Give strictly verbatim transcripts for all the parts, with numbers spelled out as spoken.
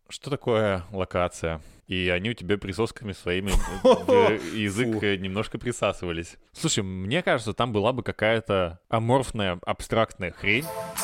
что такое локация? И они у тебя присосками своими в язык немножко присасывались. Слушай, мне кажется, там была бы какая-то аморфная, абстрактная хрень.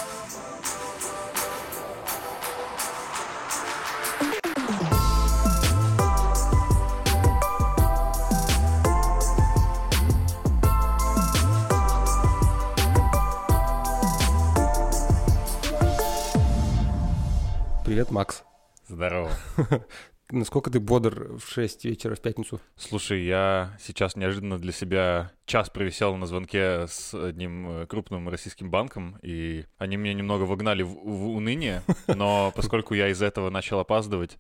Привет, Макс. Здорово. Насколько ты бодр в шесть вечера в пятницу? Слушай, я сейчас неожиданно для себя час провисел на звонке с одним крупным российским банком, и они меня немного вогнали в, в уныние, но поскольку я из-за этого начал опаздывать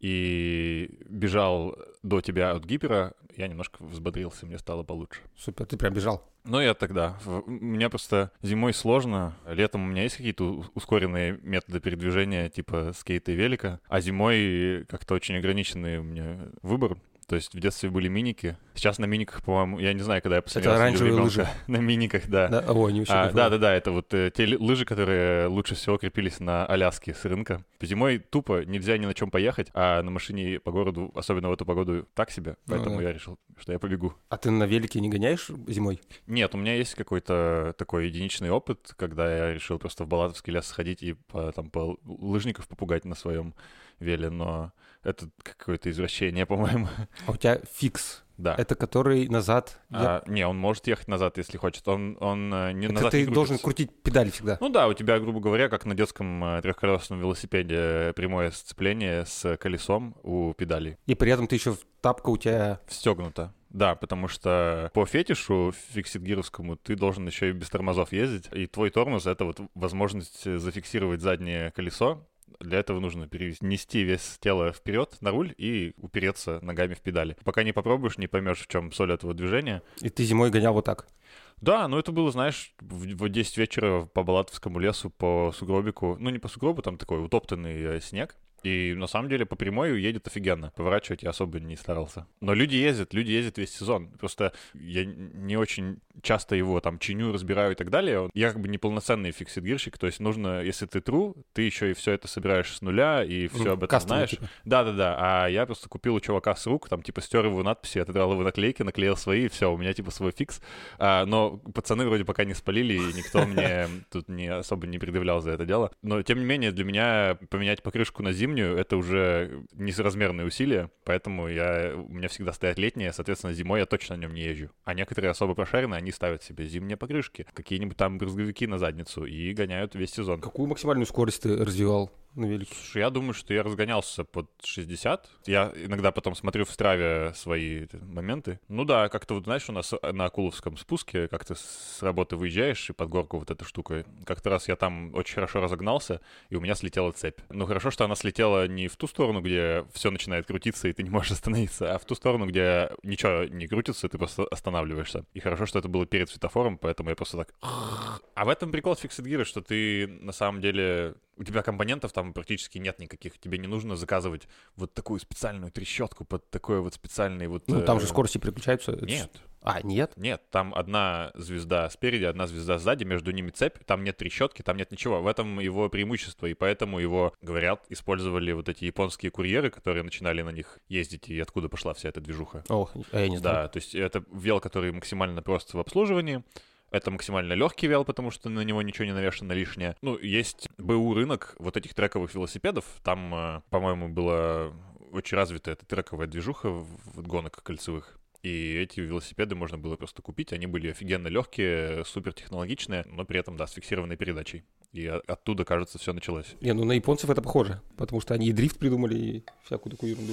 и бежал до тебя от гипера, я немножко взбодрился, мне стало получше. Супер, ты прям бежал. Ну, я тогда. У меня просто зимой сложно. Летом у меня есть какие-то ускоренные методы передвижения, типа скейта и велика, а зимой как-то очень ограниченный у меня выбор. То есть в детстве были миники. Сейчас на миниках, по-моему, я не знаю, когда я последний раз оранжевые лыжи. На миниках, да. Да, о, они вообще а, да, да, да, это вот э, те лыжи, которые лучше всего крепились на Аляске с рынка. Зимой тупо нельзя ни на чем поехать, а на машине по городу, особенно в эту погоду, так себе. Поэтому ну, да. я решил, что я побегу. А ты на велике не гоняешь зимой? Нет, у меня есть какой-то такой единичный опыт, когда я решил просто в Балатовский лес сходить и по, там, по лыжников попугать на своем веле, но это какое-то извращение, по-моему. А у тебя фикс? Да. Это который назад? А, не, он может ехать назад, если хочет. Он, он не это назад ты не крутится. Должен крутить педали всегда? Ну да, у тебя, грубо говоря, как на детском трехколесном велосипеде, прямое сцепление с колесом у педалей. И при этом ты еще тапка у тебя... Встегнута. Да, потому что по фетишу фиксит-гировскому ты должен еще и без тормозов ездить, и твой тормоз — это вот возможность зафиксировать заднее колесо. Для этого нужно перенести вес тела вперед на руль и упереться ногами в педали. Пока не попробуешь, не поймешь, в чем соль этого движения. И ты зимой гонял вот так? Да, ну это было, знаешь, в десять вечера по Балатовскому лесу, по сугробику. Ну не по сугробу, там такой утоптанный снег. И на самом деле по прямой едет офигенно. Поворачивать я особо не старался. Но люди ездят, люди ездят весь сезон. Просто я не очень часто его там чиню, разбираю и так далее. Я как бы неполноценный фиксит-гирщик. То есть нужно, если ты true, ты еще и все это собираешь с нуля и все об этом знаешь. Типа. Да-да-да. А я просто купил у чувака с рук, там типа стер его надписи, отодрал его наклейки, наклеил свои, и все, у меня типа свой фикс. А, но пацаны вроде пока не спалили, и никто мне тут не особо не предъявлял за это дело. Но тем не менее для меня поменять покрышку на зимнюю это уже несоразмерные усилия, поэтому я, у меня всегда стоят летние, соответственно, зимой я точно на нем не езжу. А некоторые особо прошаренные, они ставят себе зимние покрышки, какие-нибудь там брызговики на задницу и гоняют весь сезон. Какую максимальную скорость ты развивал на велике? Слушай, я думаю, что я разгонялся под шестьдесят. Я иногда потом смотрю в Страве свои моменты. Ну да, как-то вот, знаешь, у нас на Акуловском спуске, как ты с работы выезжаешь и под горку вот этой штукой. Как-то раз я там очень хорошо разогнался, и у меня слетела цепь. Ну хорошо, что она слетела не в ту сторону, где все начинает крутиться, и ты не можешь остановиться, а в ту сторону, где ничего не крутится, ты просто останавливаешься. И хорошо, что это было перед светофором, поэтому я просто так... А в этом прикол Fixed Gear, что ты на самом деле... У тебя компонентов там практически нет никаких. Тебе не нужно заказывать вот такую специальную трещотку под такой вот специальный вот... Ну, там же скорости переключаются. Нет. А, нет? Нет, там одна звезда спереди, одна звезда сзади, между ними цепь, там нет трещотки, там нет ничего. В этом его преимущество, и поэтому его, говорят, использовали вот эти японские курьеры, которые начинали на них ездить, и откуда пошла вся эта движуха. Ох, а я не знаю. Да, то есть это вел, который максимально прост в обслуживании. Это максимально легкий вел, потому что на него ничего не навешано лишнее. Ну, есть БУ рынок вот этих трековых велосипедов. Там, по-моему, была очень развитая эта трековая движуха в гонок кольцевых. И эти велосипеды можно было просто купить. Они были офигенно легкие, супертехнологичные, но при этом, да, с фиксированной передачей. И оттуда, кажется, все началось. Не, ну на японцев это похоже, потому что они и дрифт придумали, и всякую такую ерунду.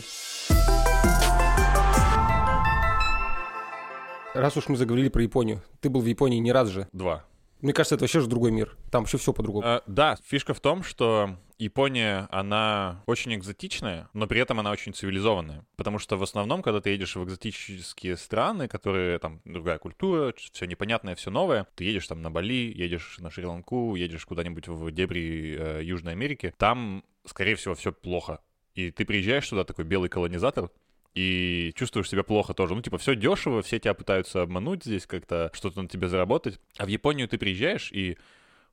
Раз уж мы заговорили про Японию, ты был в Японии не раз же. Два. Мне кажется, это вообще же другой мир. Там вообще все по-другому. А, да, фишка в том, что Япония, она очень экзотичная, но при этом она очень цивилизованная. Потому что в основном, когда ты едешь в экзотические страны, которые там другая культура, все непонятное, все новое, ты едешь там на Бали, едешь на Шри-Ланку, едешь куда-нибудь в дебри э, Южной Америки, там, скорее всего, все плохо. И ты приезжаешь туда, такой белый колонизатор, и чувствуешь себя плохо тоже. Ну, типа, все дешево, все тебя пытаются обмануть здесь как-то, что-то на тебе заработать. А в Японию ты приезжаешь, и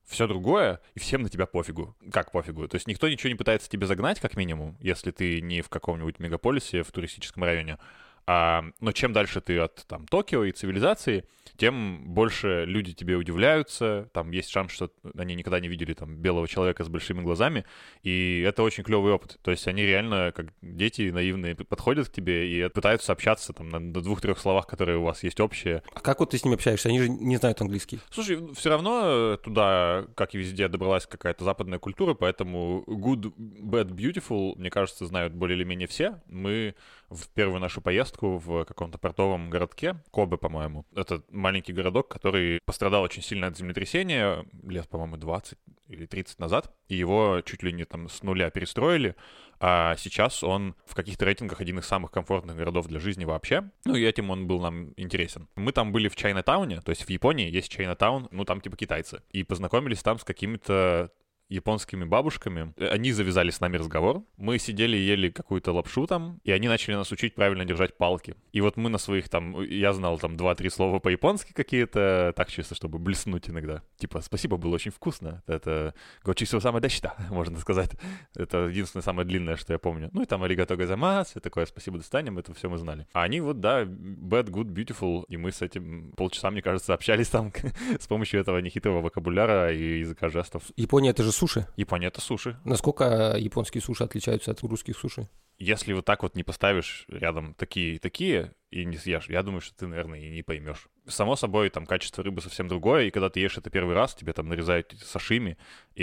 Все другое, и всем на тебя пофигу. Как пофигу? То есть никто ничего не пытается тебе загнать, как минимум, если ты не в каком-нибудь мегаполисе в туристическом районе. А, но чем дальше ты от там, Токио и цивилизации, тем больше люди тебе удивляются. Там есть шанс, что они никогда не видели там, белого человека с большими глазами. И это очень клевый опыт. То есть они реально, как дети наивные, подходят к тебе и пытаются общаться там, на, на двух-трех словах, которые у вас есть общие. А как вот ты с ними общаешься? Они же не знают английский. Слушай, все равно туда, как и везде, добралась какая-то западная культура, поэтому good, bad, beautiful, мне кажется, знают более или менее все. Мы в первую нашу поездку в каком-то портовом городке, Кобе, по-моему. Это маленький городок, который пострадал очень сильно от землетрясения лет, по-моему, двадцать или тридцать назад. И его чуть ли не там с нуля перестроили. А сейчас он в каких-то рейтингах один из самых комфортных городов для жизни вообще. Ну и этим он был нам интересен. Мы там были в Чайнатауне, то есть в Японии есть Чайнатаун, ну там типа китайцы. И познакомились там с какими-то японскими бабушками. Они завязали с нами разговор. Мы сидели и ели какую-то лапшу там, и они начали нас учить правильно держать палки. И вот мы на своих там, я знал там два-три слова по-японски какие-то, так чисто, чтобы блеснуть иногда. Типа, спасибо, было очень вкусно. Это гочисо самое дашита, можно сказать. Это единственное самое длинное, что я помню. Ну и там аригато гозаймасу, такое спасибо, достанем, это все мы знали. А они вот, да, bad, good, beautiful, и мы с этим полчаса, мне кажется, общались там с помощью этого нехитрого вокабуляра и языка жестов. Япония — это же суши. Япония — это суши. Насколько японские суши отличаются от русских суши? Если вот так вот не поставишь рядом такие и такие и не съешь, я думаю, что ты, наверное, и не поймешь. Само собой, там качество рыбы совсем другое, и когда ты ешь это первый раз, тебе там нарезают сашими,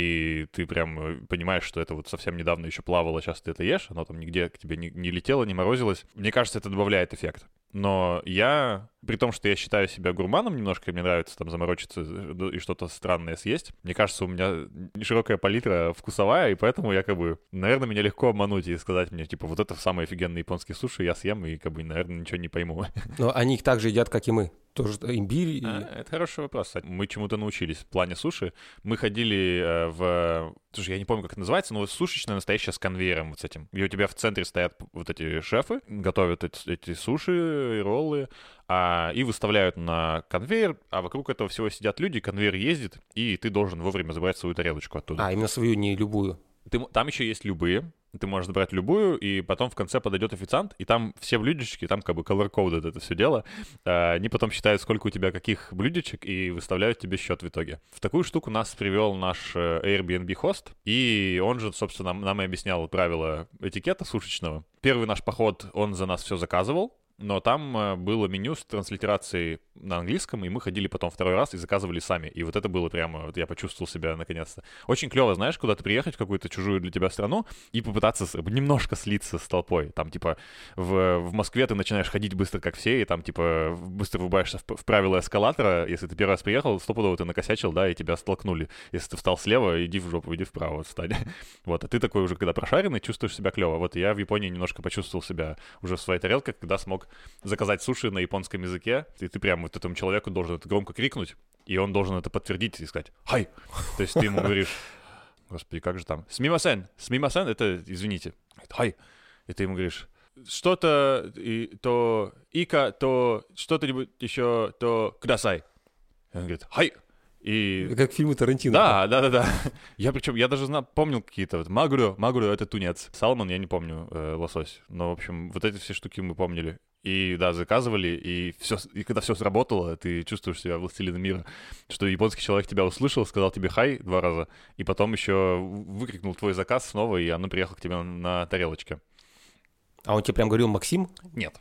и ты прям понимаешь, что это вот совсем недавно еще плавало, сейчас ты это ешь, оно там нигде к тебе не, не летело, не морозилось. Мне кажется, это добавляет эффект. Но я, при том, что я считаю себя гурманом немножко, мне нравится там заморочиться и что-то странное съесть, мне кажется, у меня широкая палитра вкусовая, и поэтому я как бы, наверное, меня легко обмануть и сказать мне, типа, вот это самые офигенные японские суши, я съем и, как бы, наверное, ничего не пойму. Но они их так же едят, как и мы. Тоже имбирь. И... А, это хороший вопрос. Мы чему-то научились в плане суши. Мы ходили э, в... Слушай, я не помню, как это называется, но вот сушечная настоящая с конвейером вот с этим. И у тебя в центре стоят вот эти шефы, готовят эти, эти суши, роллы, а, и выставляют на конвейер, а вокруг этого всего сидят люди, конвейер ездит, и ты должен вовремя забрать свою тарелочку оттуда. А, именно свою, не любую. Ты, там еще есть любые. Ты можешь забрать любую, и потом в конце подойдет официант, и там все блюдечки, там как бы color-coded это все дело. Они потом считают, сколько у тебя каких блюдечек, и выставляют тебе счет в итоге. В такую штуку нас привел наш Airbnb-хост, и он же, собственно, нам и объяснял правила этикета сушечного. Первый наш поход, он за нас все заказывал, но там было меню с транслитерацией на английском, и мы ходили потом второй раз и заказывали сами. И вот это было прямо, вот я почувствовал себя наконец-то. Очень клево, знаешь, куда-то приехать в какую-то чужую для тебя страну и попытаться немножко слиться с толпой. Там, типа, в, в Москве ты начинаешь ходить быстро, как все, и там, типа, быстро врубаешься в, в правила эскалатора. Если ты первый раз приехал, стопудово ты накосячил, да, и тебя столкнули. Если ты встал слева, иди в жопу, иди вправо, встань. Вот, а ты такой уже, когда прошаренный, чувствуешь себя клево. Вот я в Японии немножко почувствовал себя уже в своей тарелке, когда смог заказать суши на японском языке, и ты прям вот этому человеку должен это громко крикнуть, и он должен это подтвердить и сказать «Хай!». То есть ты ему говоришь, господи, как же там? «Смимасен!». «Смимасен» — это «извините». «Хай!». И ты ему говоришь что-то, и, то ика, то что-то-нибудь еще, то кудасай. И он говорит «Хай!». И... Как фильмы Тарантино. Да, да, да, да. Я причем, я даже знал, помнил какие-то вот магуру, магуру — это тунец. Салмон я не помню, э, лосось. Но, в общем, вот эти все штуки мы помнили. И, да, заказывали, и, все, и когда все сработало, ты чувствуешь себя властелином мира, что японский человек тебя услышал, сказал тебе «хай» два раза, и потом еще выкрикнул твой заказ снова, и оно приехало к тебе на тарелочке. А он тебе прям говорил «Максим»? Нет.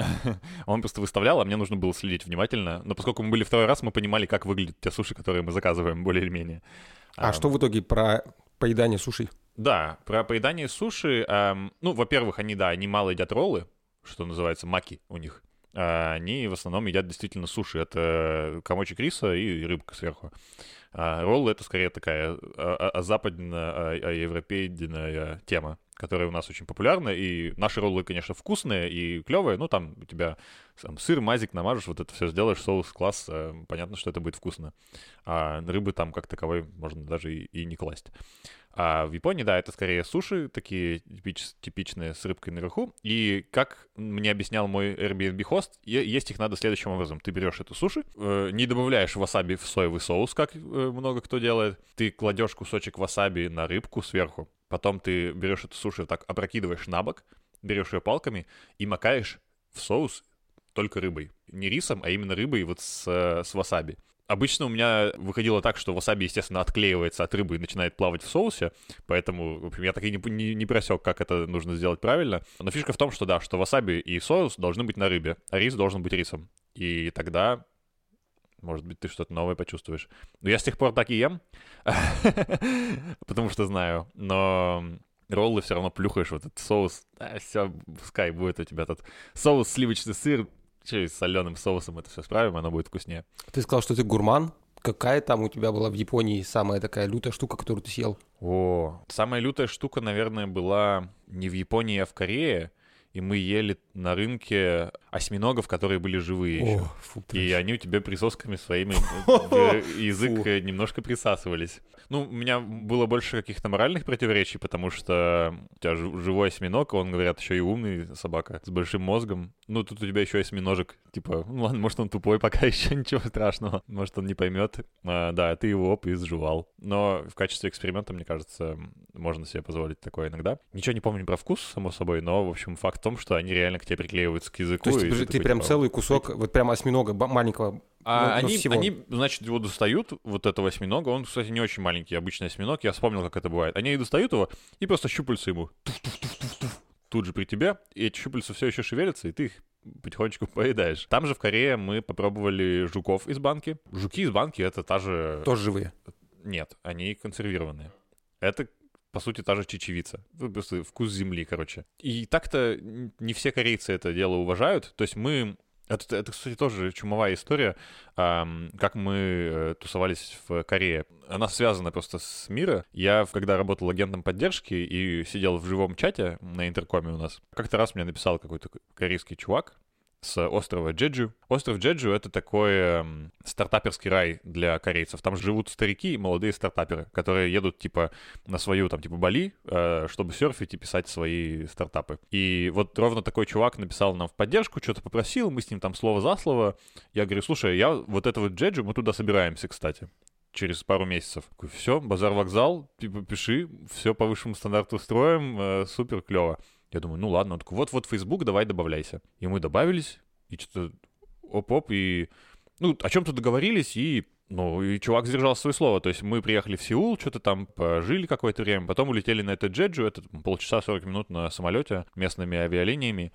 Он просто выставлял, а мне нужно было следить внимательно. Но поскольку мы были второй раз, мы понимали, как выглядят те суши, которые мы заказываем, более или менее. А, а что в итоге про поедание суши? Да, про поедание суши. Эм, ну, во-первых, они, да, они мало едят роллы, что называется маки у них. А они в основном едят действительно суши. Это комочек риса и рыбка сверху. А роллы — это скорее такая западно-европейная тема, которая у нас очень популярна, и наши роллы, конечно, вкусные и клевые, ну, там у тебя там, сыр, мазик намажешь, вот это все сделаешь, соус, класс, понятно, что это будет вкусно. А рыбы там как таковой можно даже и, и не класть. А в Японии, да, это скорее суши, такие типич, типичные, с рыбкой наверху. И как мне объяснял мой Airbnb-хост, есть их надо следующим образом. Ты берешь эту суши, э, не добавляешь васаби в соевый соус, как э, много кто делает. Ты кладешь кусочек васаби на рыбку сверху. Потом ты берешь эту суши, так опрокидываешь на бок, берешь ее палками и макаешь в соус только рыбой. Не рисом, а именно рыбой вот с, с васаби. Обычно у меня выходило так, что васаби, естественно, отклеивается от рыбы и начинает плавать в соусе, поэтому, в общем, я так и не, не, не просек, как это нужно сделать правильно. Но фишка в том, что да, что васаби и соус должны быть на рыбе, а рис должен быть рисом. И тогда, может быть, ты что-то новое почувствуешь. Но я с тех пор так и ем, потому что знаю, но... Роллы все равно плюхаешь в этот соус. А, все, пускай будет у тебя этот соус, сливочный сыр, че, с соленым соусом это все справим, оно будет вкуснее. Ты сказал, что ты гурман. Какая там у тебя была в Японии самая такая лютая штука, которую ты съел? О, самая лютая штука, наверное, была не в Японии, а в Корее. И мы ели на рынке осьминогов, которые были живые еще. О, фу, и они у тебя присосками своими в язык немножко присасывались. Ну, у меня было больше каких-то моральных противоречий, потому что у тебя живой осьминог, он, говорят, еще и умный собака с большим мозгом. Ну, тут у тебя еще осьминожек. Типа, ну ладно, может, он тупой пока еще, ничего страшного. Может, он не поймет. А, да, ты его оп и сживал. Но в качестве эксперимента, мне кажется, можно себе позволить такое иногда. Ничего не помню про вкус, само собой, но, в общем, факт в том, что они реально к тебе приклеиваются к языку. То есть ты, ты прям типа, целый кусок, вот прям осьминога маленького. А ну, они, всего. они, значит, его достают, вот этого осьминога. Он, кстати, не очень маленький, обычный осьминог. Я вспомнил, как это бывает. Они достают его и просто щупальца ему тут же при тебе. И эти щупальца все еще шевелятся, и ты их потихонечку поедаешь. Там же в Корее мы попробовали жуков из банки. Жуки из банки — это та же... Тоже живые? Нет, они консервированные. Это, по сути, та же чечевица. Просто вкус земли, короче. И так-то не все корейцы это дело уважают. То есть мы... Это, это, кстати, тоже чумовая история, эм, как мы э, тусовались в Корее. Она связана просто с миром. Я, когда работал агентом поддержки и сидел в живом чате на интеркоме у нас, как-то раз мне написал какой-то корейский чувак с острова Джеджу. Остров Джеджу — это такой э, стартаперский рай для корейцев. Там живут старики и молодые стартаперы, которые едут, типа, на свою, там, типа, Бали, э, чтобы серфить и писать свои стартапы. И вот ровно такой чувак написал нам в поддержку, что-то попросил, мы с ним там слово за слово. Я говорю, слушай, я вот это вот Джеджу, мы туда собираемся, кстати, через пару месяцев. Все, базар-вокзал, типа, пиши, все по высшему стандарту строим, э, супер, клево. Я думаю, ну ладно, он такой, вот-вот Facebook, давай добавляйся. И мы добавились, и что-то оп-оп, и, ну, о чем-то договорились, и, ну, и чувак сдержал свое слово. То есть мы приехали в Сеул, что-то там пожили какое-то время, потом улетели на этот Джеджу, это полчаса сорок минут на самолете местными авиалиниями.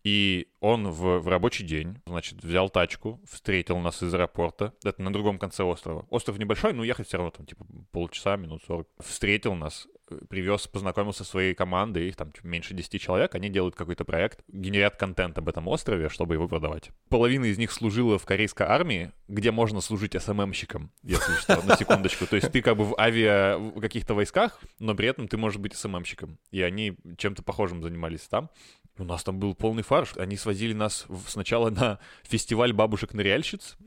И он в, в рабочий день, значит, взял тачку, встретил нас из аэропорта. Это на другом конце острова. Остров небольшой, но ехать все равно там, типа, полчаса, минут сорок. Встретил нас, привез, познакомился со своей командой, их там чуть меньше десяти человек. Они делают какой-то проект, генерят контент об этом острове, чтобы его продавать. Половина из них служила в корейской армии, где можно служить эс эм эм-щиком, если что, на секундочку. То есть ты как бы в авиа в каких-то войсках, но при этом ты можешь быть эс эм эм-щиком. И они чем-то похожим занимались там. У нас там был полный фарш. Они свозили нас в, сначала на фестиваль бабушек-ныряльщиц.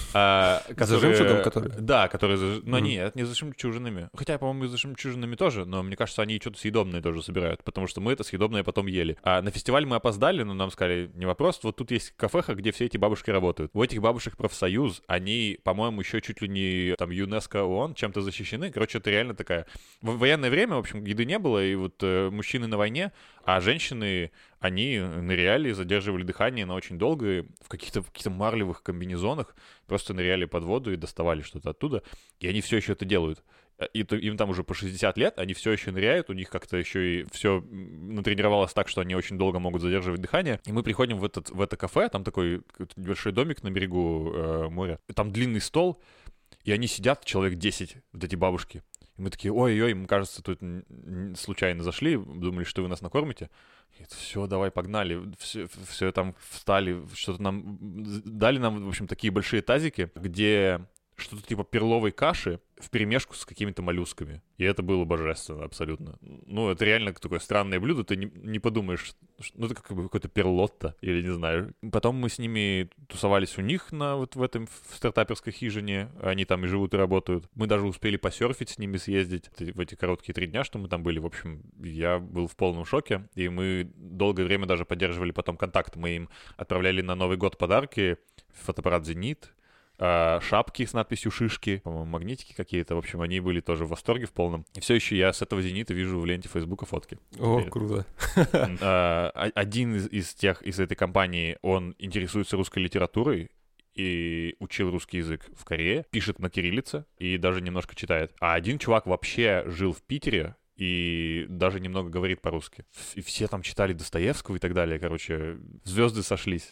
А, За жемчугом, который? Да, которые... За... Ну, mm-hmm. нет, не за жемчужинами. Хотя, по-моему, за жемчужинами тоже, но мне кажется, они что-то съедобное тоже собирают, потому что мы это съедобное потом ели. А на фестиваль мы опоздали, но нам сказали, не вопрос, вот тут есть кафеха, где все эти бабушки работают. У этих бабушек профсоюз, они, по-моему, еще чуть ли не там ЮНЕСКО, ООН чем-то защищены. Короче, это реально такая... В военное время, в общем, еды не было, и вот э, мужчины на войне, а женщины... Они ныряли, задерживали дыхание на очень долго, в каких-то, каких-то марлевых комбинезонах, просто ныряли под воду и доставали что-то оттуда, и они все еще это делают. И им там уже по шестьдесят лет, они все еще ныряют, у них как-то еще и все натренировалось так, что они очень долго могут задерживать дыхание. И мы приходим в, этот, в это кафе, там такой небольшой домик на берегу э, моря, там длинный стол, и они сидят, человек десять, вот эти бабушки. И мы такие, ой-ой, мы, кажется, тут случайно зашли, думали, что вы нас накормите. И все, давай, погнали. Все, все там встали, что-то нам... Дали нам, в общем, такие большие тазики, где что-то типа перловой каши вперемешку с какими-то моллюсками. И это было божественно абсолютно. Ну, это реально такое странное блюдо. Ты не, не подумаешь, Ну, это как бы какой-то перлотто, или не знаю. Потом мы с ними тусовались у них на, вот в этом в стартаперской хижине. Они там и живут, и работают. Мы даже успели посерфить с ними, съездить в эти короткие три дня, что мы там были. В общем, я был в полном шоке. И мы долгое время даже поддерживали потом контакт. Мы им отправляли на Новый год подарки. Фотоаппарат «Зенит», шапки с надписью «Шишки», по-моему, магнитики какие-то. В общем, они были тоже в восторге в полном. И все еще я с этого «Зенита» вижу в ленте Фейсбука фотки. О, теперь. Круто. Один из, из тех, из этой компании, он интересуется русской литературой и учил русский язык в Корее, пишет на кириллице и даже немножко читает. А один чувак вообще жил в Питере и даже немного говорит по-русски. И все там читали Достоевского и так далее. Короче, звезды сошлись.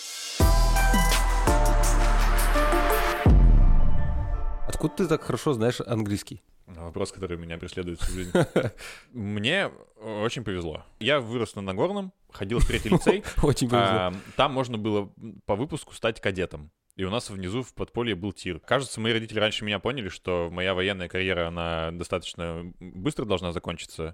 Откуда ты так хорошо знаешь английский? Вопрос, который меня преследует всю жизнь. Мне очень повезло. Я вырос на Нагорном, ходил в третий лицей. Очень повезло. Там можно было по выпуску стать кадетом. И у нас внизу в подполье был тир. Кажется, мои родители раньше меня поняли, что моя военная карьера, она достаточно быстро должна закончиться.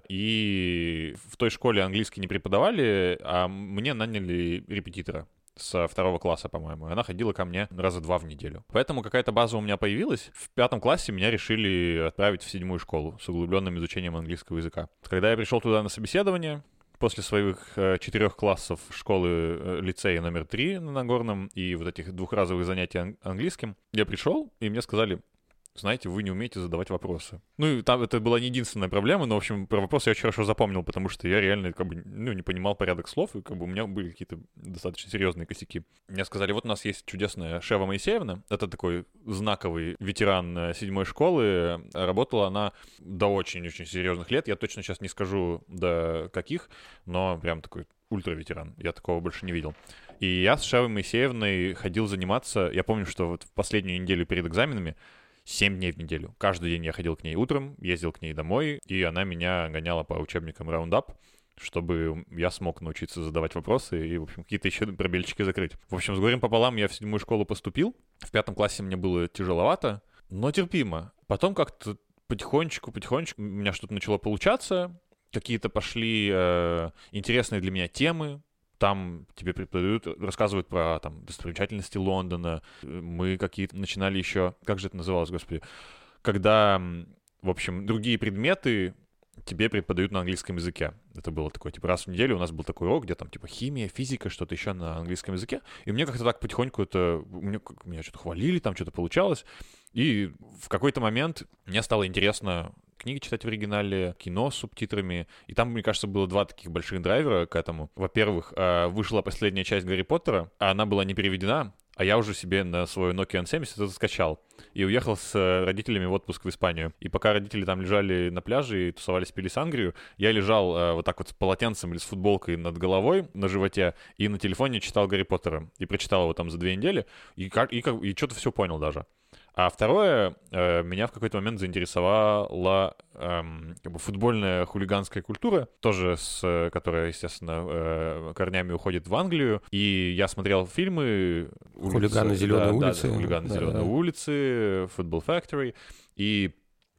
И в той школе английский не преподавали, а мне наняли репетитора со второго класса, по-моему. Она ходила ко мне раза два в неделю. Поэтому какая-то база у меня появилась. В пятом классе меня решили отправить в седьмую школу с углубленным изучением английского языка. Когда я пришел туда на собеседование, после своих э, четырех классов школы э, лицея номер три на Нагорном и вот этих двухразовых занятий ан- английским, я пришел, и мне сказали: знаете, вы не умеете задавать вопросы. Ну, и там это была не единственная проблема, но, в общем, про вопросы я очень хорошо запомнил, потому что я реально, как бы, ну, не понимал порядок слов, и, как бы, у меня были какие-то достаточно серьезные косяки. Мне сказали: вот у нас есть чудесная Шева Моисеевна, это такой знаковый ветеран седьмой школы, работала она до очень-очень серьезных лет, я точно сейчас не скажу до каких, но прям такой ультра-ветеран, я такого больше не видел. И я с Шевой Моисеевной ходил заниматься, я помню, что вот в последнюю неделю перед экзаменами семь дней в неделю. Каждый день я ходил к ней утром, ездил к ней домой, и она меня гоняла по учебникам Roundup, чтобы я смог научиться задавать вопросы и, в общем, какие-то еще пробельчики закрыть. В общем, с горем пополам я в седьмую школу поступил. В пятом классе мне было тяжеловато, но терпимо. Потом как-то потихонечку-потихонечку у меня что-то начало получаться, какие-то пошли э, интересные для меня темы. Там тебе преподают, рассказывают про там достопримечательности Лондона. Мы какие-то начинали еще... Как же это называлось, господи? Когда, в общем, другие предметы тебе преподают на английском языке. Это было такое, типа, раз в неделю у нас был такой урок, где там, типа, химия, физика, что-то еще на английском языке. И мне как-то так потихоньку это... Мне, меня что-то хвалили, там что-то получалось. И в какой-то момент мне стало интересно книги читать в оригинале, кино с субтитрами. И там, мне кажется, было два таких больших драйвера к этому. Во-первых, вышла последняя часть Гарри Поттера, а она была не переведена, а я уже себе на свой Nokia эн семьдесят это скачал. И уехал с родителями в отпуск в Испанию. И пока родители там лежали на пляже и тусовались, пили сангрию, я лежал э, вот так вот с полотенцем или с футболкой над головой на животе и на телефоне читал Гарри Поттера. И прочитал его там за две недели. И, как, и, как, и что-то все понял даже. А второе, э, меня в какой-то момент заинтересовала э, как бы футбольная хулиганская культура, тоже с, которая, естественно, э, корнями уходит в Англию. И я смотрел фильмы... «Хулиганы зеленой да, улицы». Да, «Хулиганы да, зеленой да. улицы», «Football Factory». И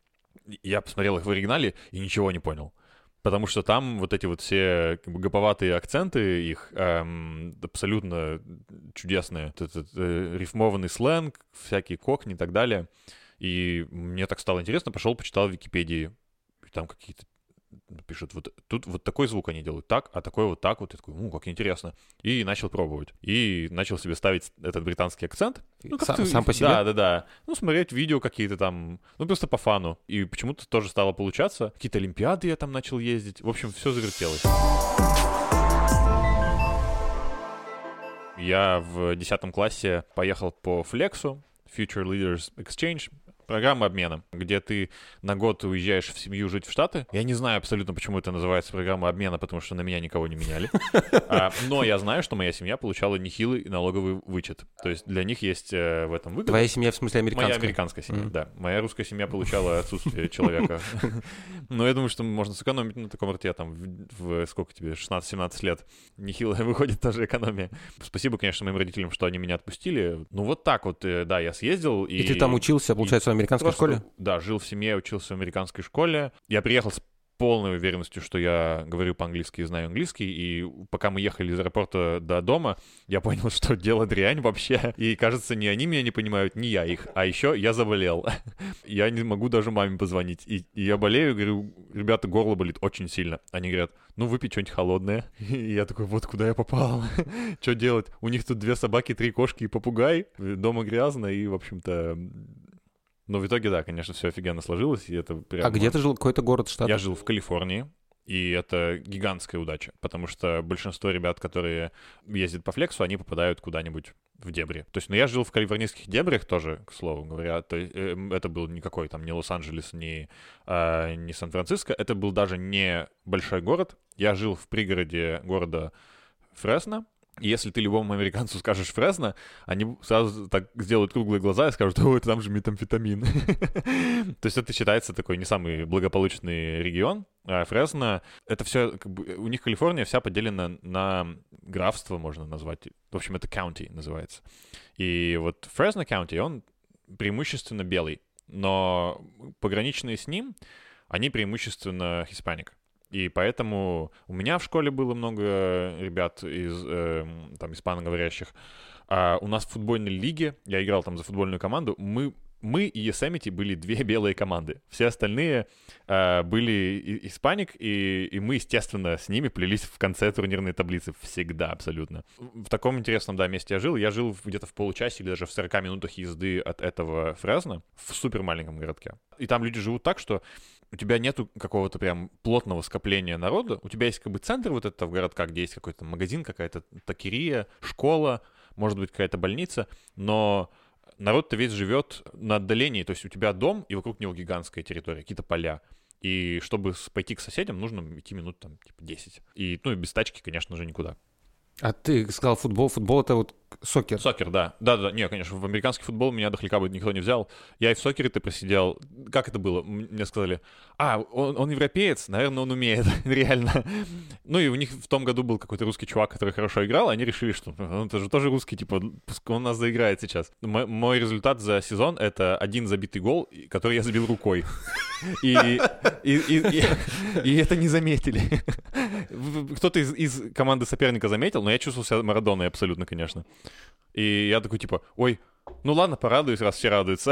я посмотрел их в оригинале и ничего не понял. Потому что там вот эти вот все как бы гоповатые акценты их эм, абсолютно чудесные. Этот, э, рифмованный сленг, всякие кокни и так далее. И мне так стало интересно, пошел, почитал в Википедии. И там какие-то пишут, вот тут вот такой звук они делают так, а такой вот так вот. Я такой, ну, как интересно. И начал пробовать. И начал себе ставить этот британский акцент. Ну, сам, сам по себе? Да, да, да. Ну, смотреть видео какие-то там, ну, просто по фану. И почему-то тоже стало получаться. Какие-то олимпиады я там начал ездить. В общем, все завертелось. Я в десятом классе поехал по Флексу, Future Leaders Exchange, программа обмена, где ты на год уезжаешь в семью жить в Штаты. Я не знаю абсолютно, почему это называется программа обмена, потому что на меня никого не меняли. А, но я знаю, что моя семья получала нехилый налоговый вычет. То есть для них есть э, в этом выгода. Твоя семья, в смысле, американская? Моя американская семья, Mm. да. Моя русская семья получала отсутствие человека. Но я думаю, что можно сэкономить на таком рте там в сколько тебе, шестнадцать-семнадцать лет. Нехилая выходит тоже экономия. Спасибо, конечно, моим родителям, что они меня отпустили. Ну вот так вот, да, я съездил. И ты там учился, получается, в американской Просто, школе? Да, жил в семье, учился в американской школе. Я приехал с полной уверенностью, что я говорю по-английски и знаю английский, и пока мы ехали из аэропорта до дома, я понял, что дело дрянь вообще, и, кажется, не они меня не понимают, не я их, а еще я заболел. Я не могу даже маме позвонить, и, и я болею, говорю, ребята, горло болит очень сильно. Они говорят, ну, выпей что-нибудь холодное. И я такой, вот куда я попал, что делать? У них тут две собаки, три кошки и попугай, дома грязно, и, в общем-то... Но в итоге, да, конечно, все офигенно сложилось, и это прям... А где ты жил? Какой-то город, штат? Я жил в Калифорнии, и это гигантская удача, потому что большинство ребят, которые ездят по флексу, они попадают куда-нибудь в дебри. То есть, ну, я жил в калифорнийских дебрях тоже, к слову говоря. То есть, э, это был никакой там не Лос-Анджелес, не, э, не Сан-Франциско. Это был даже не большой город. Я жил в пригороде города Фресно. И если ты любому американцу скажешь Фресно, они сразу так сделают круглые глаза и скажут, ой, там же метамфетамин. То есть это считается такой не самый благополучный регион. А Фресно, это все, как бы, у них Калифорния вся поделена на графство, можно назвать. В общем, это county называется. И вот Фресно county, он преимущественно белый, но пограничные с ним, они преимущественно хиспаник. И поэтому у меня в школе было много ребят из э, там испаноговорящих. А у нас в футбольной лиге, я играл там за футбольную команду, мы, мы и Yosemite были две белые команды. Все остальные э, были испаник, и, и мы, естественно, с ними плелись в конце турнирной таблицы. Всегда, абсолютно. В таком интересном, да, месте я жил. Я жил где-то в получасе или даже в сорока минутах езды от этого Фресно в супер маленьком городке. И там люди живут так, что у тебя нету какого-то прям плотного скопления народа, у тебя есть как бы центр вот этого городка, где есть какой-то магазин, какая-то такерия, школа, может быть, какая-то больница, но народ-то весь живет на отдалении, то есть у тебя дом, и вокруг него гигантская территория, какие-то поля. И чтобы пойти к соседям, нужно идти минут там типа десять. И, ну, и без тачки, конечно же, никуда. А ты сказал футбол. Футбол — это вот сокер. Сокер, да. Да-да, не, конечно, в американский футбол меня дохляка бы никто не взял. Я и в сокере-то просидел. Как это было? Мне сказали, а, он, он европеец, наверное, он умеет, реально. Ну и у них в том году был какой-то русский чувак, который хорошо играл, они решили, что он это же тоже русский, типа, пускай он нас заиграет сейчас. М- мой результат за сезон — это один забитый гол, который я забил рукой. И, и, и, и, и это не заметили. Кто-то из, из команды соперника заметил, но я чувствовал себя Марадоной абсолютно, конечно. И я такой, типа, ой, ну ладно, порадуюсь, раз все радуются.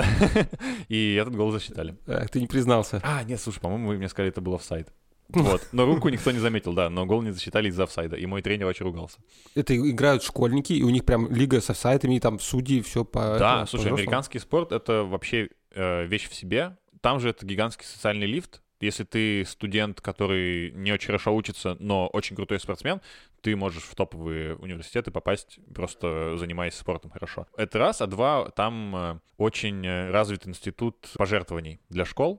И этот гол засчитали. Ах, ты не признался. А, нет, слушай, по-моему, вы мне сказали, это был офсайд. Вот, но руку никто не заметил, да, но гол не засчитали из-за офсайда, и мой тренер очень ругался. Это играют школьники, и у них прям лига с офсайдами, и там судьи, все по... Да, это, слушай, американский спорт — это вообще э, вещь в себе. Там же это гигантский социальный лифт. Если ты студент, который не очень хорошо учится, но очень крутой спортсмен, ты можешь в топовые университеты попасть, просто занимаясь спортом хорошо. Это раз, а два, там очень развит институт пожертвований для школ,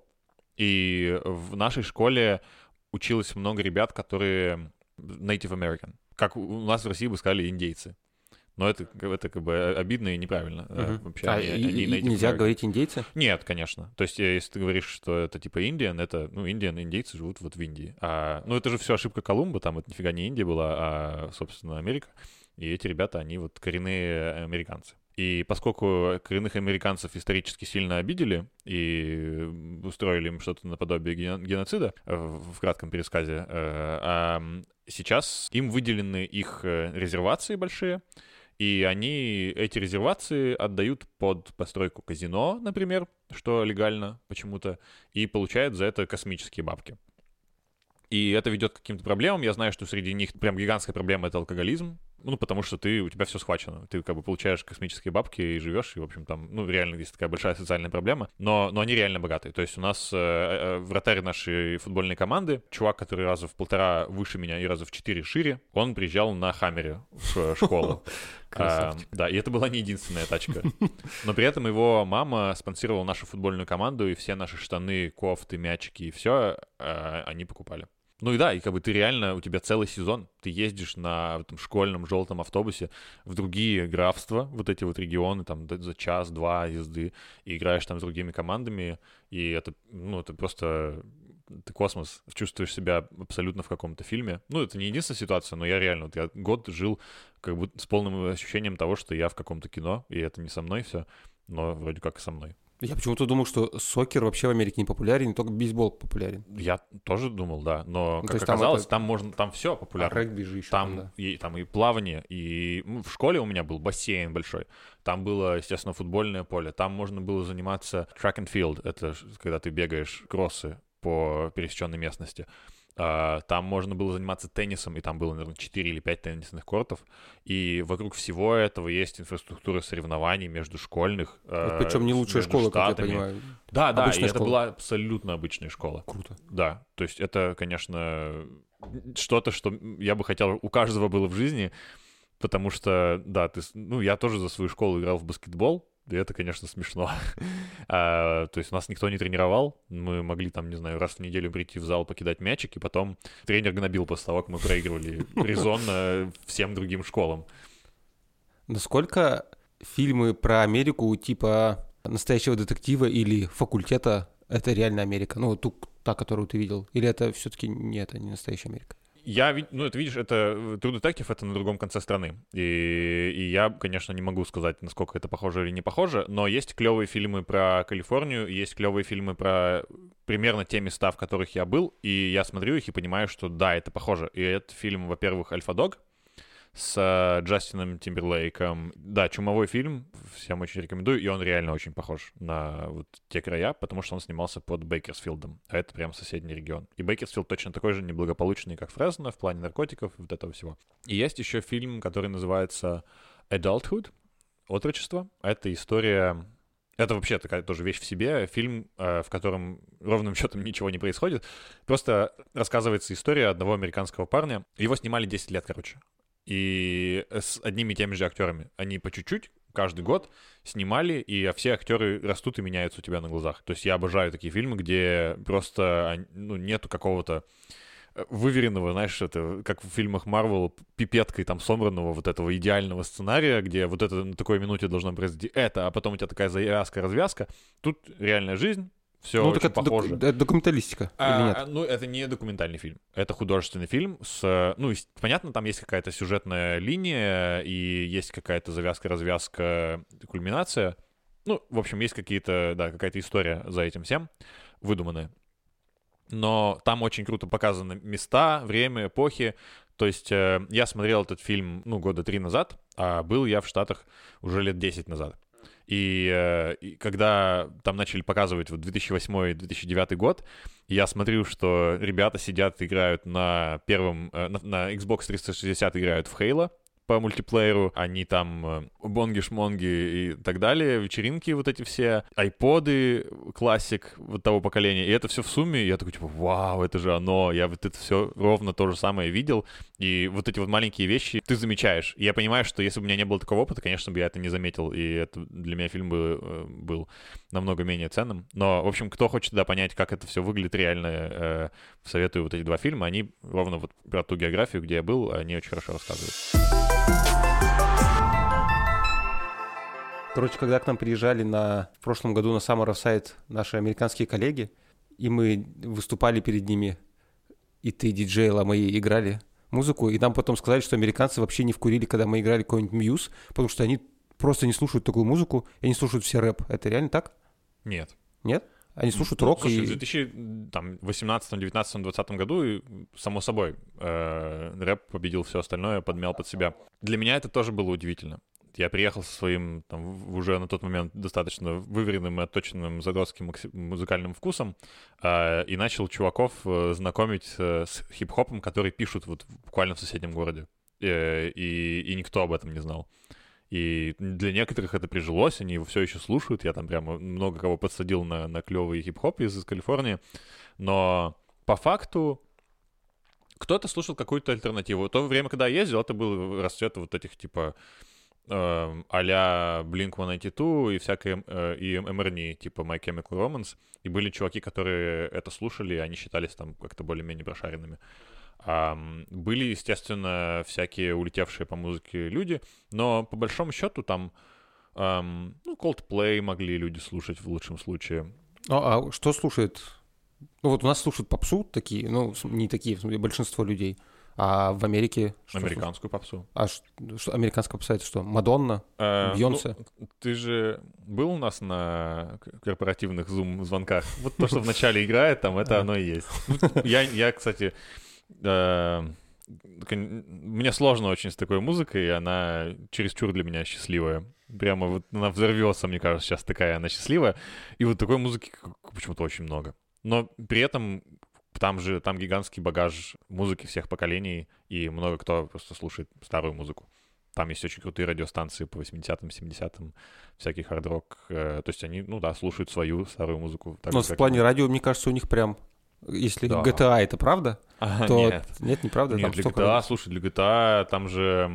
и в нашей школе училось много ребят, которые Native American. Как у нас в России бы сказали индейцы. Но это, это как бы обидно и неправильно. Uh-huh. Вообще, а они, и, они и нельзя American. Говорить индейцы? Нет, конечно. То есть, если ты говоришь, что это типа Индиан, это, ну, Индиан, индейцы живут вот в Индии. А, ну, это же все ошибка Колумба, там это нифига не Индия была, а, собственно, Америка. И эти ребята, они вот коренные американцы. И поскольку коренных американцев исторически сильно обидели и устроили им что-то наподобие геноцида, в кратком пересказе, а сейчас им выделены их резервации большие, и они эти резервации отдают под постройку казино, например, что легально почему-то, и получают за это космические бабки. И это ведет к каким-то проблемам. Я знаю, что среди них прям гигантская проблема — это алкоголизм. Ну, потому что ты, у тебя все схвачено. Ты как бы получаешь космические бабки и живешь, и, в общем, там, ну, реально здесь такая большая социальная проблема. Но, но они реально богатые. То есть у нас э, э, вратарь нашей футбольной команды, чувак, который раза в полтора выше меня и раза в четыре шире, он приезжал на Хаммере в школу. Красавчик. А, да, и это была не единственная тачка. Но при этом его мама спонсировала нашу футбольную команду, и все наши штаны, кофты, мячики и все э, они покупали. Ну и да, и как бы ты реально, у тебя целый сезон, ты ездишь на этом школьном желтом автобусе в другие графства, вот эти вот регионы, там за час-два езды, и играешь там с другими командами, и это, ну, это просто... Ты космос, чувствуешь себя абсолютно в каком-то фильме. Ну, это не единственная ситуация, но я реально, вот я год жил как бы с полным ощущением того, что я в каком-то кино, и это не со мной все, но вроде как и со мной. Я почему-то думал, что сокер вообще в Америке не популярен, только бейсбол популярен. Я тоже думал, да, но, Ну, то как есть там оказалось, это- там можно, там все А популярно. регби же еще Там, там, да. и, там и плавание, и ну, в школе у меня был бассейн большой. Там было, естественно, футбольное поле. Там можно было заниматься track and field. Это ж когда ты бегаешь кроссы по пересеченной местности. А, там можно было заниматься теннисом, и там было, наверное, четыре или пять теннисных кортов. И вокруг всего этого есть инфраструктура соревнований между школьных. Вот причем не лучшая между школа, как я штатами. понимаю. Да, да, и Обычная это школа. была абсолютно обычная школа. Круто. Да, то есть это, конечно, что-то, что я бы хотел, у каждого было в жизни, потому что, да, ты, с- ну, я тоже за свою школу играл в баскетбол, и это, конечно, смешно. А, то есть нас никто не тренировал, мы могли там, не знаю, раз в неделю прийти в зал, покидать мячик, и потом тренер гнобил после того, как мы проигрывали резонно всем другим школам. Насколько фильмы про Америку типа настоящего детектива или факультета — это реально Америка? Ну, ту, та, которую ты видел. Или это все-таки не это, не настоящая Америка? Я, ви- ну, это видишь, это True Detective, это на другом конце страны. И, и я, конечно, не могу сказать, насколько это похоже или не похоже, но есть клевые фильмы про Калифорнию, есть клевые фильмы про примерно те места, в которых я был, и я смотрю их и понимаю, что да, это похоже. И это фильм, во-первых, «Альфа-Дог» с э, Джастином Тимберлейком. Да, чумовой фильм, всем очень рекомендую, и он реально очень похож на вот те края, потому что он снимался под Бейкерсфилдом, а это прям соседний регион. И Бейкерсфилд точно такой же неблагополучный, как Фресно, в плане наркотиков и вот этого всего. И есть еще фильм, который называется «Adulthood», «Отрочество». Это история... Это вообще такая тоже вещь в себе. Фильм, э, в котором ровным счетом ничего не происходит. Просто рассказывается история одного американского парня. Его снимали десять лет, короче. И с одними и теми же актерами. Они по чуть-чуть каждый год снимали, и все актеры растут и меняются у тебя на глазах. То есть я обожаю такие фильмы, где просто ань- ну, нету какого-то э, выверенного, знаешь, это как в фильмах Марвел, пипеткой там собранного вот этого идеального сценария, где вот это на такой минуте должно произойти это, а потом у тебя такая завязка, развязка. Тут реальная жизнь, все Ну, очень так это, док- похоже. это документалистика А, или нет? а, ну, это не документальный фильм. Это художественный фильм с... Ну, есть- понятно, там есть какая-то сюжетная линия, и есть какая-то завязка-развязка, кульминация. Ну, в общем, есть какие-то, да, какая-то история за этим всем выдуманная. Но там очень круто показаны места, время, эпохи. То есть э, я смотрел этот фильм, ну, года три назад, а был я в Штатах уже лет десять назад. И, э, и когда там начали показывать вот две тысячи восьмой - две тысячи девятый год, я смотрю, что ребята сидят, играют на первом, э, на, на Xbox триста шестьдесят играют в Halo по мультиплееру, они там э, бонги-шмонги и так далее, вечеринки вот эти все, айподы, классик вот того поколения, и это все в сумме, я такой, типа, вау, это же оно, я вот это все ровно то же самое видел, и вот эти вот маленькие вещи ты замечаешь, и я понимаю, что если бы у меня не было такого опыта, конечно бы я это не заметил, и это для меня фильм бы э, был намного менее ценным, но, в общем, кто хочет, да, понять, как это все выглядит реально, э, советую вот эти два фильма, они ровно вот про ту географию, где я был, они очень хорошо рассказывают. Короче, когда к нам приезжали на, в прошлом году на Summer of Sight наши американские коллеги, и мы выступали перед ними, и ты, диджейл, а мы играли музыку, и нам потом сказали, что американцы вообще не вкурили, когда мы играли какой-нибудь Muse, потому что они просто не слушают такую музыку, и они слушают все рэп. Это реально так? Нет. Нет? Они слушают Ну, рок слушай, и... в две тысячи восемнадцатом, девятнадцатом, двадцатом году, и, само собой, э, рэп победил все остальное, подмял под себя. Для меня это тоже было удивительно. Я приехал со своим, там, в- уже на тот момент достаточно выверенным и отточенным задротским макси- музыкальным вкусом э, и начал чуваков э, знакомить э, с хип-хопом, который пишут вот буквально в соседнем городе. Э, и, и никто об этом не знал. И для некоторых это прижилось, они его все еще слушают. Я там прямо много кого подсадил на, на клевый хип-хоп из Калифорнии. Но по факту кто-то слушал какую-то альтернативу. В то время, когда я ездил, это был расцвет вот этих типа э, а-ля блинк сто девяносто два и всякое, э, и эм эр эн и, типа My Chemical Romance. И были чуваки, которые это слушали, и они считались там как-то более-менее прошаренными. Um, были, естественно, всякие улетевшие по музыке люди, но по большому счету там, um, ну, Coldplay могли люди слушать в лучшем случае. А, а что слушает? Ну вот у нас слушают попсу такие, ну с- не такие, в смысле, большинство людей. А в Америке что? Американскую попсу. А что, американская попса — это что? Мадонна? А, Бейонсе? Ну, ты же был у нас на корпоративных зум-звонках? Вот то, что вначале играет, там, это оно и есть. Я, я кстати... Мне сложно очень с такой музыкой, и она чересчур для меня счастливая. Прямо вот она взорвется, мне кажется, сейчас такая она счастливая. И вот такой музыки почему-то очень много. Но при этом там же там гигантский багаж музыки всех поколений, и много кто просто слушает старую музыку. Там есть очень крутые радиостанции по восьмидесятым, семидесятым, всякий хард-рок. То есть они, ну да, слушают свою старую музыку. Но в плане радио, мне кажется, у них прям... Если да. джи ти эй это правда, а, то... Нет, нет, неправда. Нет, там для джи ти эй, слушай, для джи ти эй там же...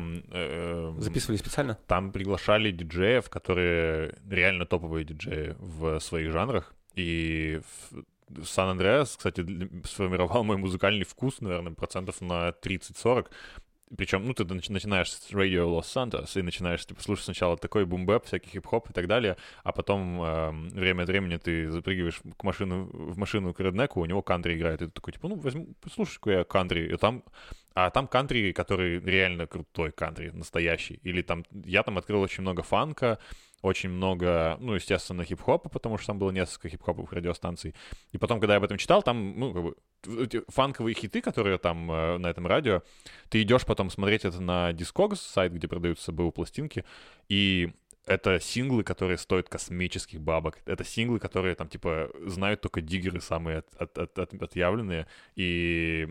Э, Записывали специально? Там приглашали диджеев, которые реально топовые диджеи в своих жанрах. И Сан-Андреас, кстати, сформировал мой музыкальный вкус, наверное, процентов на тридцать-сорок. Причем, ну, ты начинаешь с Radio Los Santos и начинаешь, типа, слушать сначала такой бум-бэп, всякий хип-хоп и так далее, а потом э, время от времени ты запрыгиваешь к машину, в машину к реднеку, у него кантри играет, и ты такой, типа, ну, возьму, послушай-ка я кантри, и там... А там кантри, который реально крутой кантри, настоящий. Или там... Я там открыл очень много фанка, очень много, ну, естественно, хип-хопа, потому что там было несколько хип-хоповых радиостанций. И потом, когда я об этом читал, там, ну, как бы, эти фанковые хиты, которые там э, на этом радио, ты идешь потом смотреть это на Discogs, сайт, где продаются БУ-пластинки, и это синглы, которые стоят космических бабок. Это синглы, которые там, типа, знают только диггеры самые от, от, от, от, отъявленные, и...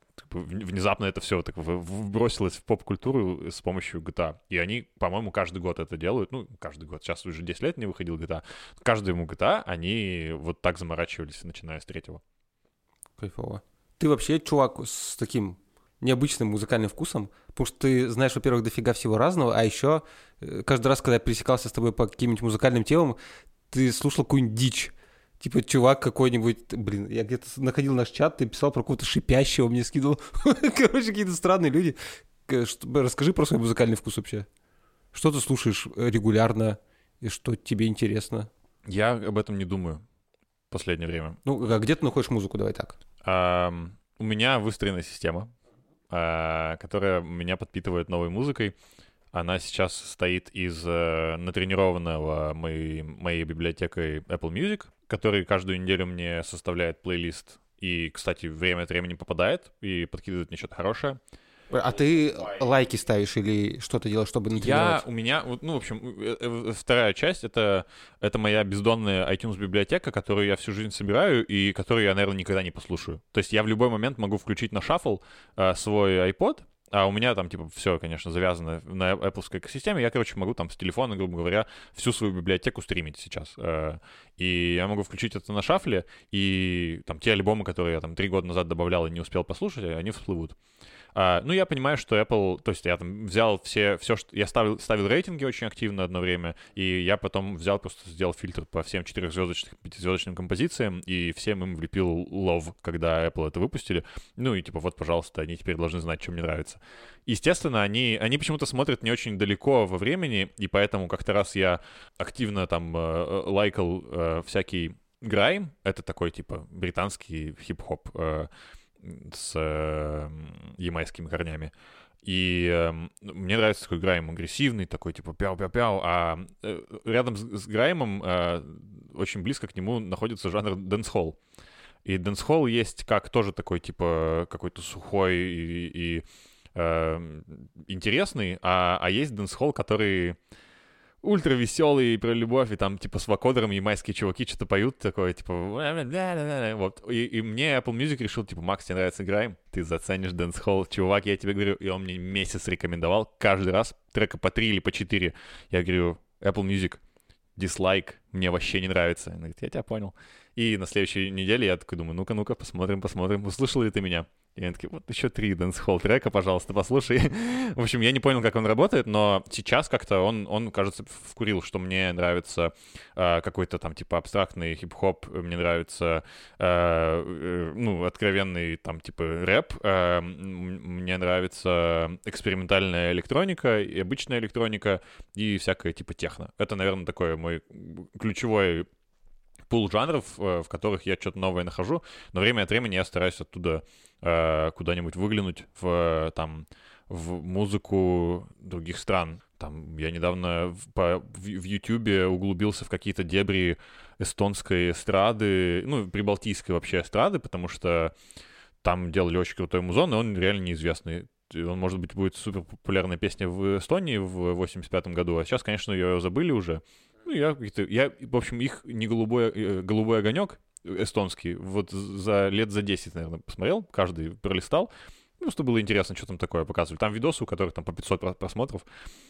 внезапно это все так вбросилось в поп-культуру с помощью джи ти эй. И они, по-моему, каждый год это делают. Ну, каждый год. Сейчас уже десять лет не выходил джи ти эй. Каждому джи ти эй они вот так заморачивались, начиная с третьего. Кайфово. Ты вообще чувак с таким необычным музыкальным вкусом, потому что ты знаешь, во-первых, дофига всего разного, а еще каждый раз, когда я пересекался с тобой по каким-нибудь музыкальным темам, ты слушал какую-нибудь дичь. Типа, чувак какой-нибудь, блин, я где-то находил наш чат, ты писал про какого-то шипящего, мне скидывал. Короче, какие-то странные люди. Расскажи про свой музыкальный вкус вообще. Что ты слушаешь регулярно и что тебе интересно? Я об этом не думаю в последнее время. Ну, а где ты находишь музыку, давай так? А, у меня выстроена система, а, которая меня подпитывает новой музыкой. Она сейчас состоит из э, натренированного моей, моей библиотекой Apple Music, который каждую неделю мне составляет плейлист. И, кстати, время от времени попадает и подкидывает мне что-то хорошее. А ты лайки ставишь или что ты делаешь, чтобы натренировать? Я, у меня, ну, в общем, вторая часть — это, это моя бездонная iTunes-библиотека, которую я всю жизнь собираю и которую я, наверное, никогда не послушаю. То есть я в любой момент могу включить на шаффл э, свой iPod, а у меня там, типа, все, конечно, завязано на Apple-ской экосистеме. Я, короче, могу там с телефона, грубо говоря, всю свою библиотеку стримить сейчас. И я могу включить это на шафле, и там те альбомы, которые я там три года назад добавлял и не успел послушать, они всплывут. А, ну, я понимаю, что Apple... То есть я там взял все... все что, я ставил, ставил рейтинги очень активно одно время, и я потом взял, просто сделал фильтр по всем четырехзвездочным, пятизвездочным композициям, и всем им влепил love, когда Apple это выпустили. Ну, и типа, вот, пожалуйста, они теперь должны знать, что мне нравится. Естественно, они, они почему-то смотрят не очень далеко во времени, и поэтому как-то раз я активно там э, лайкал э, всякий грайм. Это такой, типа, британский хип-хоп, э, с э, ямайскими корнями. И э, мне нравится такой грайм агрессивный, такой типа пяу-пяу-пяу. А э, рядом с, с граймом э, очень близко к нему находится жанр дэнс-холл. И дэнс-холл есть как тоже такой типа какой-то сухой и, и э, интересный, а, а есть дэнс-холл, который... ультра веселый, про любовь, и там, типа, с вокодером ямайские чуваки что-то поют, такое, типа, вот. И, и мне Apple Music решил, типа, Макс, тебе нравится грайм? Ты заценишь дэнс-холл. Чувак, я тебе говорю, и он мне месяц рекомендовал, каждый раз, трека по три или по четыре. Я говорю, Apple Music, дизлайк, мне вообще не нравится. Он говорит, я тебя понял. И на следующей неделе я такой думаю, ну-ка, ну-ка, посмотрим, посмотрим, услышал ли ты меня? И они такие, вот еще три дэнс-холл трека, пожалуйста, послушай. В общем, я не понял, как он работает, но сейчас как-то он, он кажется, вкурил, что мне нравится э, какой-то там типа абстрактный хип-хоп, мне нравится, э, э, ну, откровенный там типа рэп, э, мне нравится экспериментальная электроника, и обычная электроника, и всякая типа техно. Это, наверное, такой мой ключевой пул жанров, в которых я что-то новое нахожу, но время от времени я стараюсь оттуда э, куда-нибудь выглянуть в, там, в музыку других стран. Там, я недавно в, по, в, в Ютубе углубился в какие-то дебри эстонской эстрады, ну, прибалтийской вообще эстрады, потому что там делали очень крутой музон, и он реально неизвестный. Он, может быть, будет супер популярная песня в Эстонии в восемьдесят пятом году, а сейчас, конечно, ее забыли уже. Ну, я, я, в общем, их не голубой, голубой огонек эстонский вот за лет за десять, наверное, посмотрел, каждый пролистал. Просто было интересно, что там такое показывали. Там видосы, у которых там по пятьсот просмотров.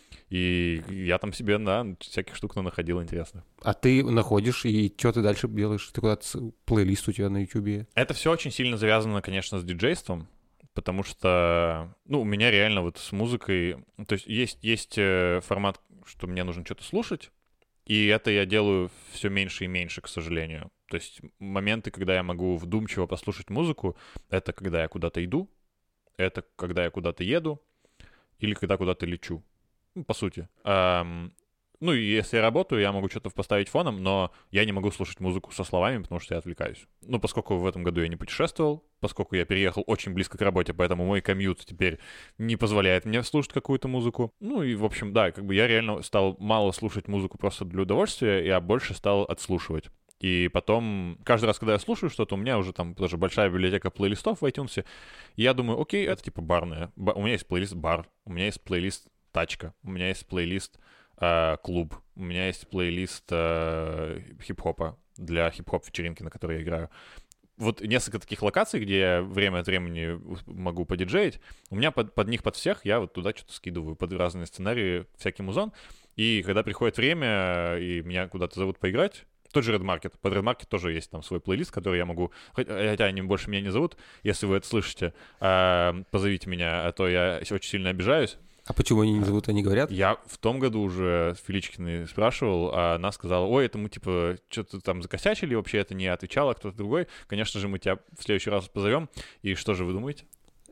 И я там себе, да, всяких штук находил интересных. А ты находишь, и что ты дальше делаешь? Ты куда-то плейлист у тебя на Ютубе? Это все очень сильно завязано, конечно, с диджейством. Потому что, ну, у меня реально вот с музыкой... То есть есть, есть формат, что мне нужно что-то слушать, и это я делаю все меньше и меньше, к сожалению. То есть моменты, когда я могу вдумчиво послушать музыку, это когда я куда-то иду, это когда я куда-то еду, или когда куда-то лечу. Ну, по сути. Эм, ну, и если я работаю, я могу что-то поставить фоном, но я не могу слушать музыку со словами, потому что я отвлекаюсь. Ну, поскольку в этом году я не путешествовал, поскольку я переехал очень близко к работе, поэтому мой комьют теперь не позволяет мне слушать какую-то музыку. Ну, и, в общем, да, как бы я реально стал мало слушать музыку просто для удовольствия, я больше стал отслушивать. И потом, каждый раз, когда я слушаю что-то, у меня уже там даже большая библиотека плейлистов в iTunes, и я думаю, окей, это типа барная. Ба- у меня есть плейлист бар, у меня есть плейлист тачка, у меня есть плейлист э, клуб, у меня есть плейлист э, хип-хопа для хип-хоп-вечеринки, на которой я играю. Вот несколько таких локаций, где я время от времени могу подиджеить, у меня под, под них, под всех, я вот туда что-то скидываю, под разные сценарии, всякий музон, и когда приходит время, и меня куда-то зовут поиграть, тот же Red Market. Под Red Market тоже есть там свой плейлист, который я могу... Хотя они больше меня не зовут. Если вы это слышите, позовите меня, а то я очень сильно обижаюсь. А почему они не зовут, они говорят? Я в том году уже с Филичкиной спрашивал, а она сказала, ой, это мы типа что-то там закосячили, вообще это не отвечала кто-то другой. Конечно же, мы тебя в следующий раз позовем. И что же вы думаете?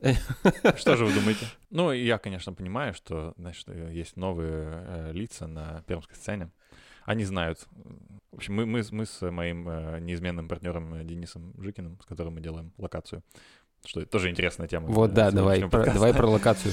Что же вы думаете? Ну, я, конечно, понимаю, что, значит, есть новые лица на пермской сцене. Они знают. В общем, мы, мы, мы с моим э, неизменным партнером Денисом Жикиным, с которым мы делаем локацию. Что это тоже интересная тема. Вот, да, давай про, давай про локацию.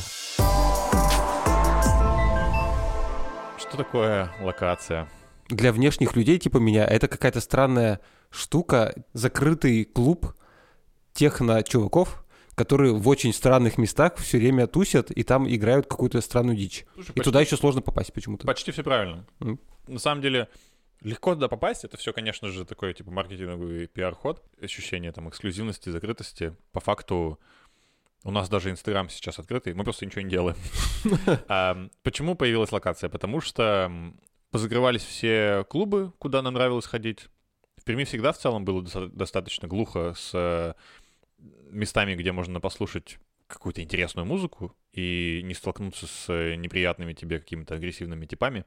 Что такое локация? Для внешних людей типа меня это какая-то странная штука, закрытый клуб техно-чуваков, которые в очень странных местах все время тусят и там играют какую-то странную дичь. Слушай, и почти, туда еще сложно попасть почему-то. Почти все правильно. Mm. На самом деле, легко туда попасть. Это все, конечно же, такой типа маркетинговый пиар-ход. Ощущение там эксклюзивности, закрытости. По факту у нас даже Инстаграм сейчас открытый. Мы просто ничего не делаем. Почему появилась локация? Потому что позакрывались все клубы, куда нам нравилось ходить. В Перми всегда в целом было достаточно глухо с местами, где можно послушать какую-то интересную музыку и не столкнуться с неприятными тебе какими-то агрессивными типами.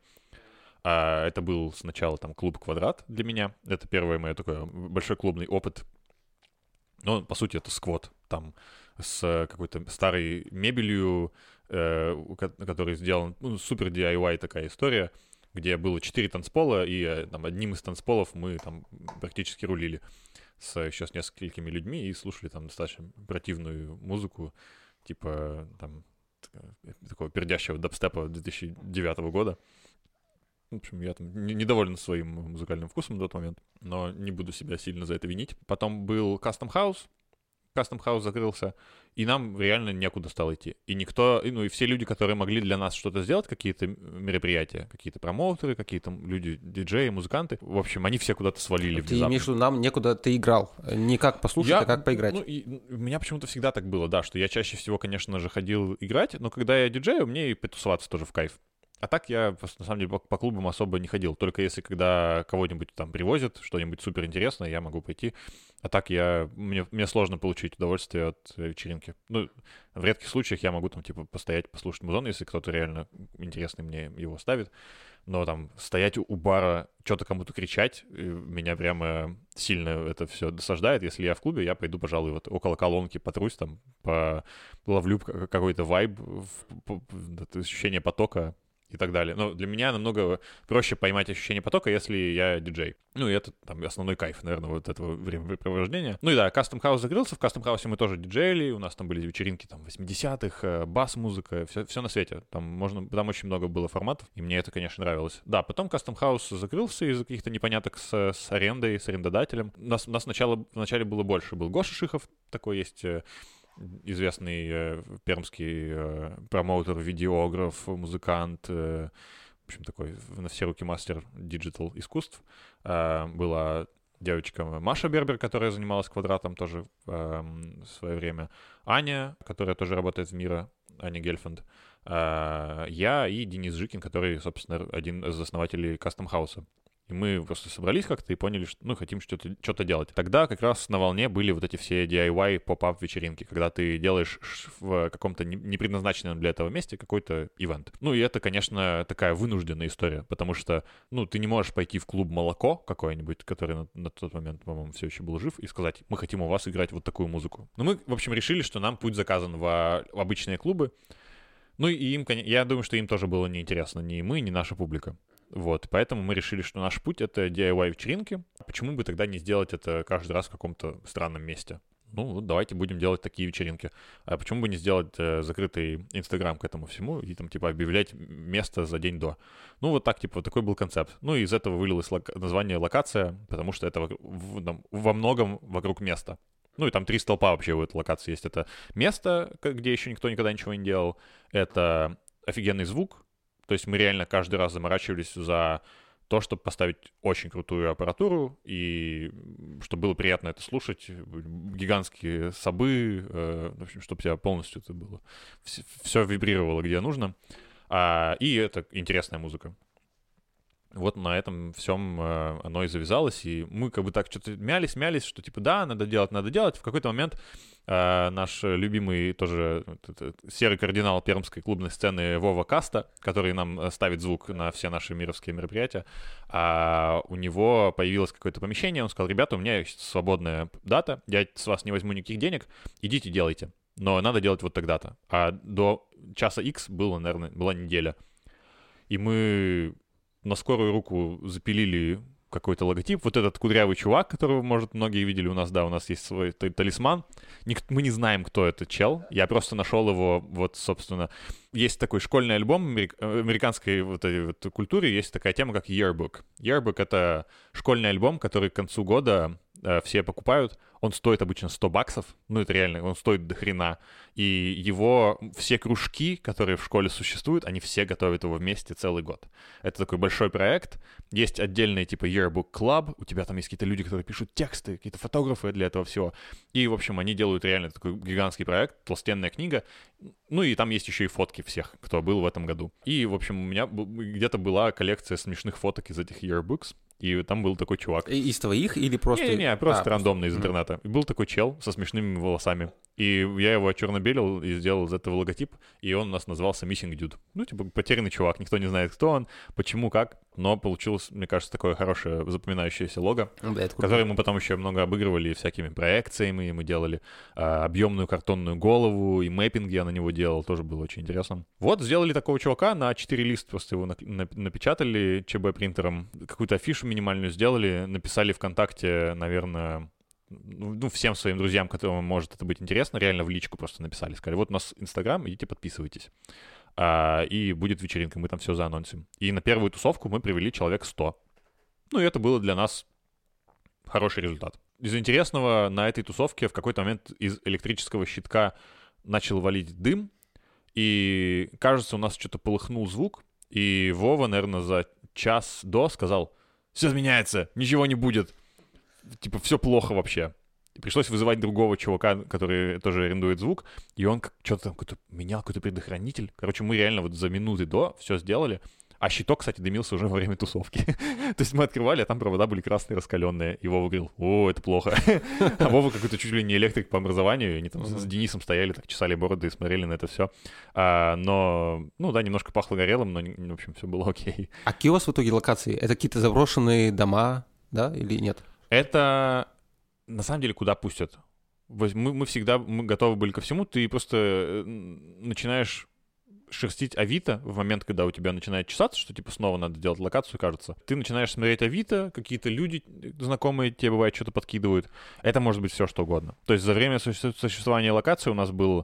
А это был сначала там клуб «Квадрат» для меня. Это первый мой такой большой клубный опыт. Ну, по сути, это сквот. Там с какой-то старой мебелью, э, который сделан, ну, супер ди ай вай такая история, где было четыре танцпола, и там одним из танцполов мы там практически рулили с еще с несколькими людьми и слушали там достаточно противную музыку, типа там такого пердящего дабстепа две тысячи девятого года. В общем, я там недоволен своим музыкальным вкусом в тот момент, но не буду себя сильно за это винить. Потом был Custom House. Custom House закрылся, и нам реально некуда стало идти. И никто, ну и все люди, которые могли для нас что-то сделать, какие-то мероприятия, какие-то промоутеры, какие-то люди, диджеи, музыканты, в общем, они все куда-то свалили. Ты имеешь в виду, нам некуда ты играл? Не как послушать, я, а как поиграть? Ну, и, у меня почему-то всегда так было, да, что я чаще всего, конечно же, ходил играть, но когда я диджею, мне и потусоваться тоже в кайф. А так я, на самом деле, по, по клубам особо не ходил. Только если когда кого-нибудь там привозят, что-нибудь суперинтересное, я могу пойти. А так я, мне, мне сложно получить удовольствие от вечеринки. Ну, в редких случаях я могу там, типа, постоять, послушать музон, если кто-то реально интересный мне его ставит. Но там стоять у бара, что-то кому-то кричать, меня прямо сильно это все досаждает. Если я в клубе, я пойду, пожалуй, вот около колонки потрусь, там, половлю какой-то вайб, ощущение потока. и так далее. Но для меня намного проще поймать ощущение потока, если я диджей. Ну, и это там основной кайф, наверное, вот этого времяпрепровождения. Ну и да, Custom House закрылся, в Custom House мы тоже диджеили, у нас там были вечеринки там восьмидесятых, бас-музыка, все, все на свете. Там можно, там очень много было форматов, и мне это, конечно, нравилось. Да, потом Custom House закрылся из-за каких-то непоняток с, с арендой, с арендодателем. У нас, у нас сначала, вначале было больше. Был Гоша Шихов, такой есть... известный э, пермский э, промоутер, видеограф, музыкант, э, в общем, такой на все руки мастер диджитал искусств. Э, была девочка Маша Бербер, которая занималась квадратом тоже э, в свое время. Аня, которая тоже работает в Мира, Аня Гельфанд. Э, я и Денис Жикин, который, собственно, один из основателей Custom House. И мы просто собрались как-то и поняли, что ну, хотим что-то, что-то делать. Тогда как раз на волне были вот эти все ди ай вай поп-ап вечеринки, когда ты делаешь в каком-то непредназначенном для этого месте какой-то ивент. Ну и это, конечно, такая вынужденная история, потому что, ну, ты не можешь пойти в клуб «Молоко» какой-нибудь, который на, на тот момент, по-моему, все еще был жив, и сказать, мы хотим у вас играть вот такую музыку. Но мы, в общем, решили, что нам путь заказан в, в обычные клубы. Ну и им, я думаю, что им тоже было неинтересно, ни мы, ни наша публика. Вот, поэтому мы решили, что наш путь — это ди ай вай-вечеринки. Почему бы тогда не сделать это каждый раз в каком-то странном месте? Ну, вот давайте будем делать такие вечеринки. А почему бы не сделать э, закрытый Инстаграм к этому всему и там, типа, объявлять место за день до? Ну, вот так, типа, вот такой был концепт. Ну, и из этого вылилось лока- название «Локация», потому что это в, в, там, во многом вокруг места. Ну, и там три столпа вообще у этой локации есть. Это место, где еще никто никогда ничего не делал. Это офигенный звук. То есть мы реально каждый раз заморачивались за то, чтобы поставить очень крутую аппаратуру, и чтобы было приятно это слушать, гигантские сабы, э, в общем, чтобы тебя полностью это было, все, все вибрировало где нужно, а, и это интересная музыка. Вот на этом всем э, оно и завязалось, и мы как бы так что-то мялись-мялись, что типа да, надо делать, надо делать. В какой-то момент э, наш любимый тоже этот, серый кардинал пермской клубной сцены Вова Каста, который нам ставит звук на все наши мировские мероприятия, а у него появилось какое-то помещение, он сказал, ребята, у меня есть свободная дата, я с вас не возьму никаких денег, идите делайте, но надо делать вот тогда-то. А до часа X было, наверное, была неделя, и мы... на скорую руку запилили какой-то логотип. Вот этот кудрявый чувак, которого, может, многие видели у нас, да, у нас есть свой талисман. Ник- мы не знаем, кто этот чел. Я просто нашел его, вот, собственно. Есть такой школьный альбом америк- американской вот этой вот культуре, есть такая тема, как Yearbook. Yearbook — это школьный альбом, который к концу года э, все покупают. Он стоит обычно сто баксов, ну это реально, он стоит до хрена. И его, все кружки, которые в школе существуют, они все готовят его вместе целый год. Это такой большой проект. Есть отдельный типа Yearbook Club, у тебя там есть какие-то люди, которые пишут тексты, какие-то фотографы для этого всего. И, в общем, они делают реально такой гигантский проект, толстенная книга. Ну и там есть еще и фотки всех, кто был в этом году. И, в общем, у меня где-то была коллекция смешных фоток из этих Yearbooks. И там был такой чувак. Из твоих или просто... Не-не, просто а, рандомно просто... из интернета. И был такой чел со смешными волосами. И я его черно-белил и сделал из этого логотип, и он у нас назывался Missing Dude. Ну, типа, потерянный чувак, никто не знает, кто он, почему, как. Но получилось, мне кажется, такое хорошее запоминающееся лого, да, которое мы потом еще много обыгрывали всякими проекциями, мы делали а, объемную картонную голову, и мэппинг я на него делал, тоже было очень интересно. Вот, сделали такого чувака, на четыре лист просто его напечатали ЧБ-принтером, какую-то афишу минимальную сделали, написали ВКонтакте, наверное... ну, всем своим друзьям, которым может это быть интересно, реально в личку просто написали. Сказали, вот у нас Инстаграм, идите подписывайтесь. А, и будет вечеринка, мы там все заанонсим. И на первую тусовку мы привели человек сто. Ну, и это было для нас хороший результат. Из интересного, на этой тусовке в какой-то момент из электрического щитка начал валить дым, и, кажется, у нас что-то полыхнул звук, и Вова, наверное, за час до сказал, все изменяется, ничего не будет. Типа, все плохо вообще. И пришлось вызывать другого чувака, который тоже арендует звук, и он что-то там какой-то менял, какой-то предохранитель. Короче, мы реально вот за минуты до все сделали. А щиток, кстати, дымился уже во время тусовки. То есть мы открывали, а там провода были красные, раскаленные. И Вова говорил, о, это плохо. А Вова какой-то чуть ли не электрик по образованию. Они там с Денисом стояли, так чесали бороды и смотрели на это все. Но, ну да, немножко пахло горелым, но, в общем, все было окей. А какие у вас в итоге локации? Это какие-то заброшенные дома, да, или нет? Это, на самом деле, куда пустят. Мы, мы всегда мы готовы были ко всему. Ты просто начинаешь шерстить Авито в момент, когда у тебя начинает чесаться, что типа снова надо делать локацию, кажется. Ты начинаешь смотреть Авито, какие-то люди знакомые тебе бывает что-то подкидывают. Это может быть все что угодно. То есть за время существования локации у нас был...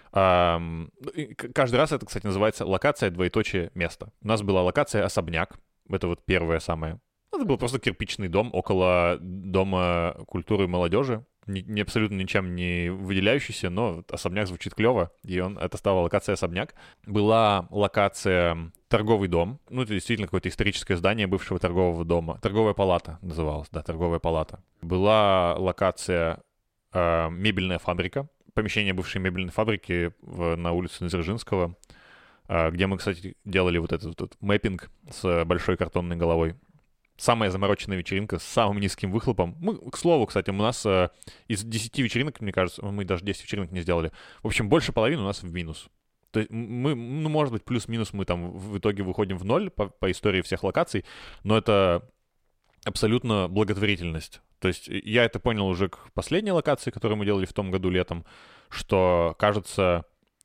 Um, каждый раз это, кстати, называется локация, двоеточие, место. У нас была локация особняк. Это вот первое самое. Это был просто кирпичный дом около Дома культуры и молодежи. Не, не абсолютно ничем не выделяющийся, но особняк звучит клево, и он, это стала локация особняк. Была локация торговый дом. Ну, это действительно какое-то историческое здание бывшего торгового дома. Торговая палата называлась, да, торговая палата. Была локация э, мебельная фабрика. Помещение бывшей мебельной фабрики в, на улице Дзержинского, где мы, кстати, делали вот этот вот мэппинг с большой картонной головой. Самая замороченная вечеринка с самым низким выхлопом. Мы, к слову, кстати, у нас из десяти вечеринок, мне кажется, мы даже десять вечеринок не сделали. В общем, больше половины у нас в минус. То есть мы, ну, может быть, плюс-минус мы там в итоге выходим в ноль по, по истории всех локаций, но это абсолютно благотворительность. То есть я это понял уже к последней локации, которую мы делали в том году летом, что, кажется,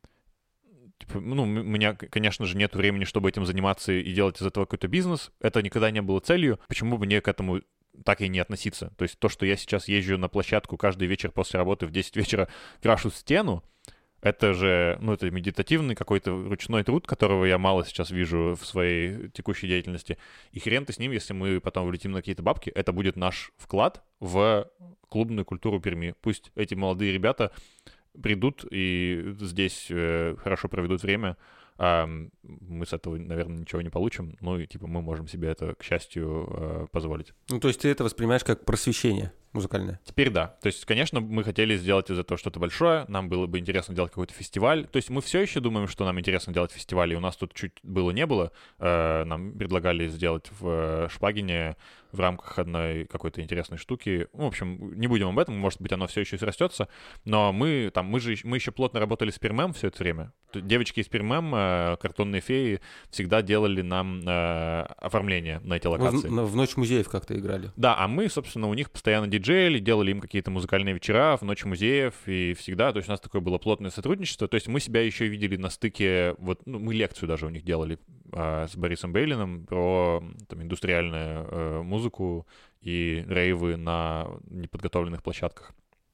типа, ну, у меня, конечно же, нет времени, чтобы этим заниматься и делать из этого какой-то бизнес. Это никогда не было целью. Почему бы мне к этому так и не относиться? То есть то, что я сейчас езжу на площадку каждый вечер после работы в десять вечера, крашу стену, это же, ну, это медитативный какой-то ручной труд, которого я мало сейчас вижу в своей текущей деятельности. И хрен ты с ним, если мы потом влетим на какие-то бабки, это будет наш вклад в клубную культуру Перми. Пусть эти молодые ребята придут и здесь э, хорошо проведут время, а мы с этого, наверное, ничего не получим. Ну, и типа мы можем себе это, к счастью, э, позволить. Ну, то есть ты это воспринимаешь как просвещение музыкальное? Теперь да. То есть, конечно, мы хотели сделать из этого что-то большое, нам было бы интересно делать какой-то фестиваль. То есть мы все еще думаем, что нам интересно делать фестиваль, и у нас тут чуть было-не было. Э, нам предлагали сделать в Шпагине в рамках одной какой-то интересной штуки. Ну, в общем, не будем об этом, может быть, оно все еще срастется, но мы там, мы же мы еще плотно работали с Пермем все это время. Девочки из Пермем, э, картонные феи, всегда делали нам э, оформление на эти локации. В, в Ночь музеев как-то играли. Да, а мы, собственно, у них постоянно диджеяли, делали им какие-то музыкальные вечера в Ночь музеев, и всегда, то есть у нас такое было плотное сотрудничество, то есть мы себя еще видели на стыке, вот, ну, мы лекцию даже у них делали э, с Борисом Бейлиным про там, индустриальную э, музыку и рейвы на неподготовленных площадках.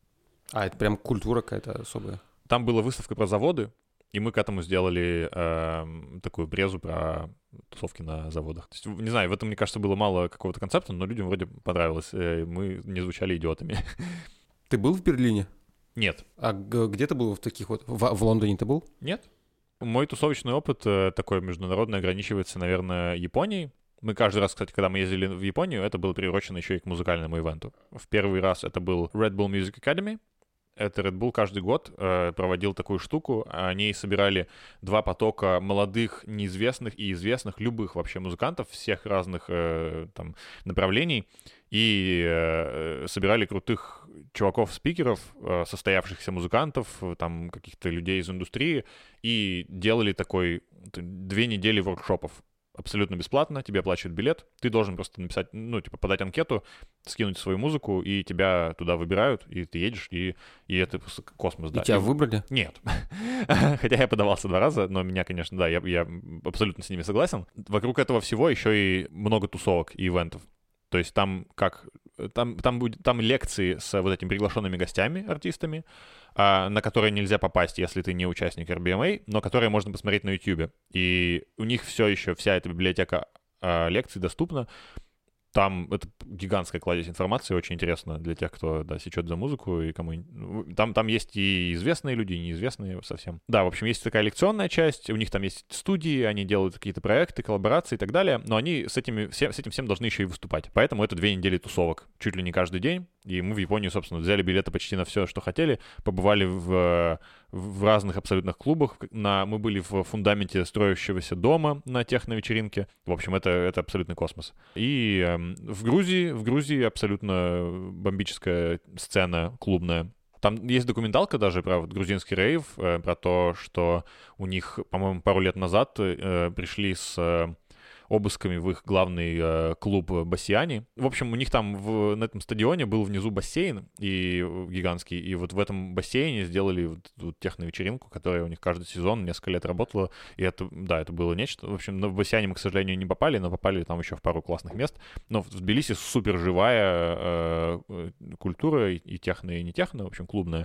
А, это прям культура какая-то особая? Там была выставка про заводы, и мы к этому сделали э, такую презу про тусовки на заводах. То есть, не знаю, в этом, мне кажется, было мало какого-то концепта, но людям вроде понравилось. Э, мы не звучали идиотами. Ты был в Берлине? Нет. А где ты был в таких вот... В, в Лондоне ты был? Нет. Мой тусовочный опыт э, такой международный ограничивается, наверное, Японией. Мы каждый раз, кстати, когда мы ездили в Японию, это было приурочено еще и к музыкальному ивенту. В первый раз это был Red Bull Music Academy. Это Red Bull каждый год э, проводил такую штуку. Они собирали два потока молодых, неизвестных и известных, любых вообще музыкантов всех разных э, там направлений. И э, собирали крутых чуваков-спикеров, э, состоявшихся музыкантов, там каких-то людей из индустрии. И делали такой две недели воркшопов. Абсолютно бесплатно, тебе оплачивают билет, ты должен просто написать, ну, типа, подать анкету, скинуть свою музыку, и тебя туда выбирают, и ты едешь, и, и это космос, да. И тебя и... выбрали? Нет. Хотя я подавался два раза, но меня, конечно, да, я, я абсолютно с ними согласен. Вокруг этого всего еще и много тусовок и ивентов. То есть там как... Там, там, будет, там лекции с вот этими приглашенными гостями, артистами, а, на которые нельзя попасть, если ты не участник эр би эм эй, но которые можно посмотреть на YouTube. И у них все еще, вся эта библиотека а, лекций доступна. Там это гигантская кладезь информации, очень интересно для тех, кто, да, сечет за музыку и кому... Там, там есть и известные люди, и неизвестные совсем. Да, в общем, есть такая лекционная часть, у них там есть студии, они делают какие-то проекты, коллаборации и так далее, но они с, этими, с этим всем должны еще и выступать. Поэтому это две недели тусовок, чуть ли не каждый день. И мы в Японии, собственно, взяли билеты почти на все, что хотели, побывали в, в разных абсолютных клубах. На, мы были в фундаменте строящегося дома на техно-вечеринке. В общем, это, это абсолютный космос. И э, в Грузии, в Грузии абсолютно бомбическая сцена клубная. Там есть документалка даже про вот грузинский рейв, э, про то, что у них, по-моему, пару лет назад э, пришли с... обысками в их главный э, клуб Бассиани. В общем, у них там в, на этом стадионе был внизу бассейн и гигантский, и вот в этом бассейне сделали вот, вот техно-вечеринку, которая у них каждый сезон несколько лет работала, и это, да, это было нечто. В общем, в Бассиане мы, к сожалению, не попали, но попали там еще в пару классных мест. Но в Тбилиси супер живая э, культура, и техно, и не техно, в общем, клубная.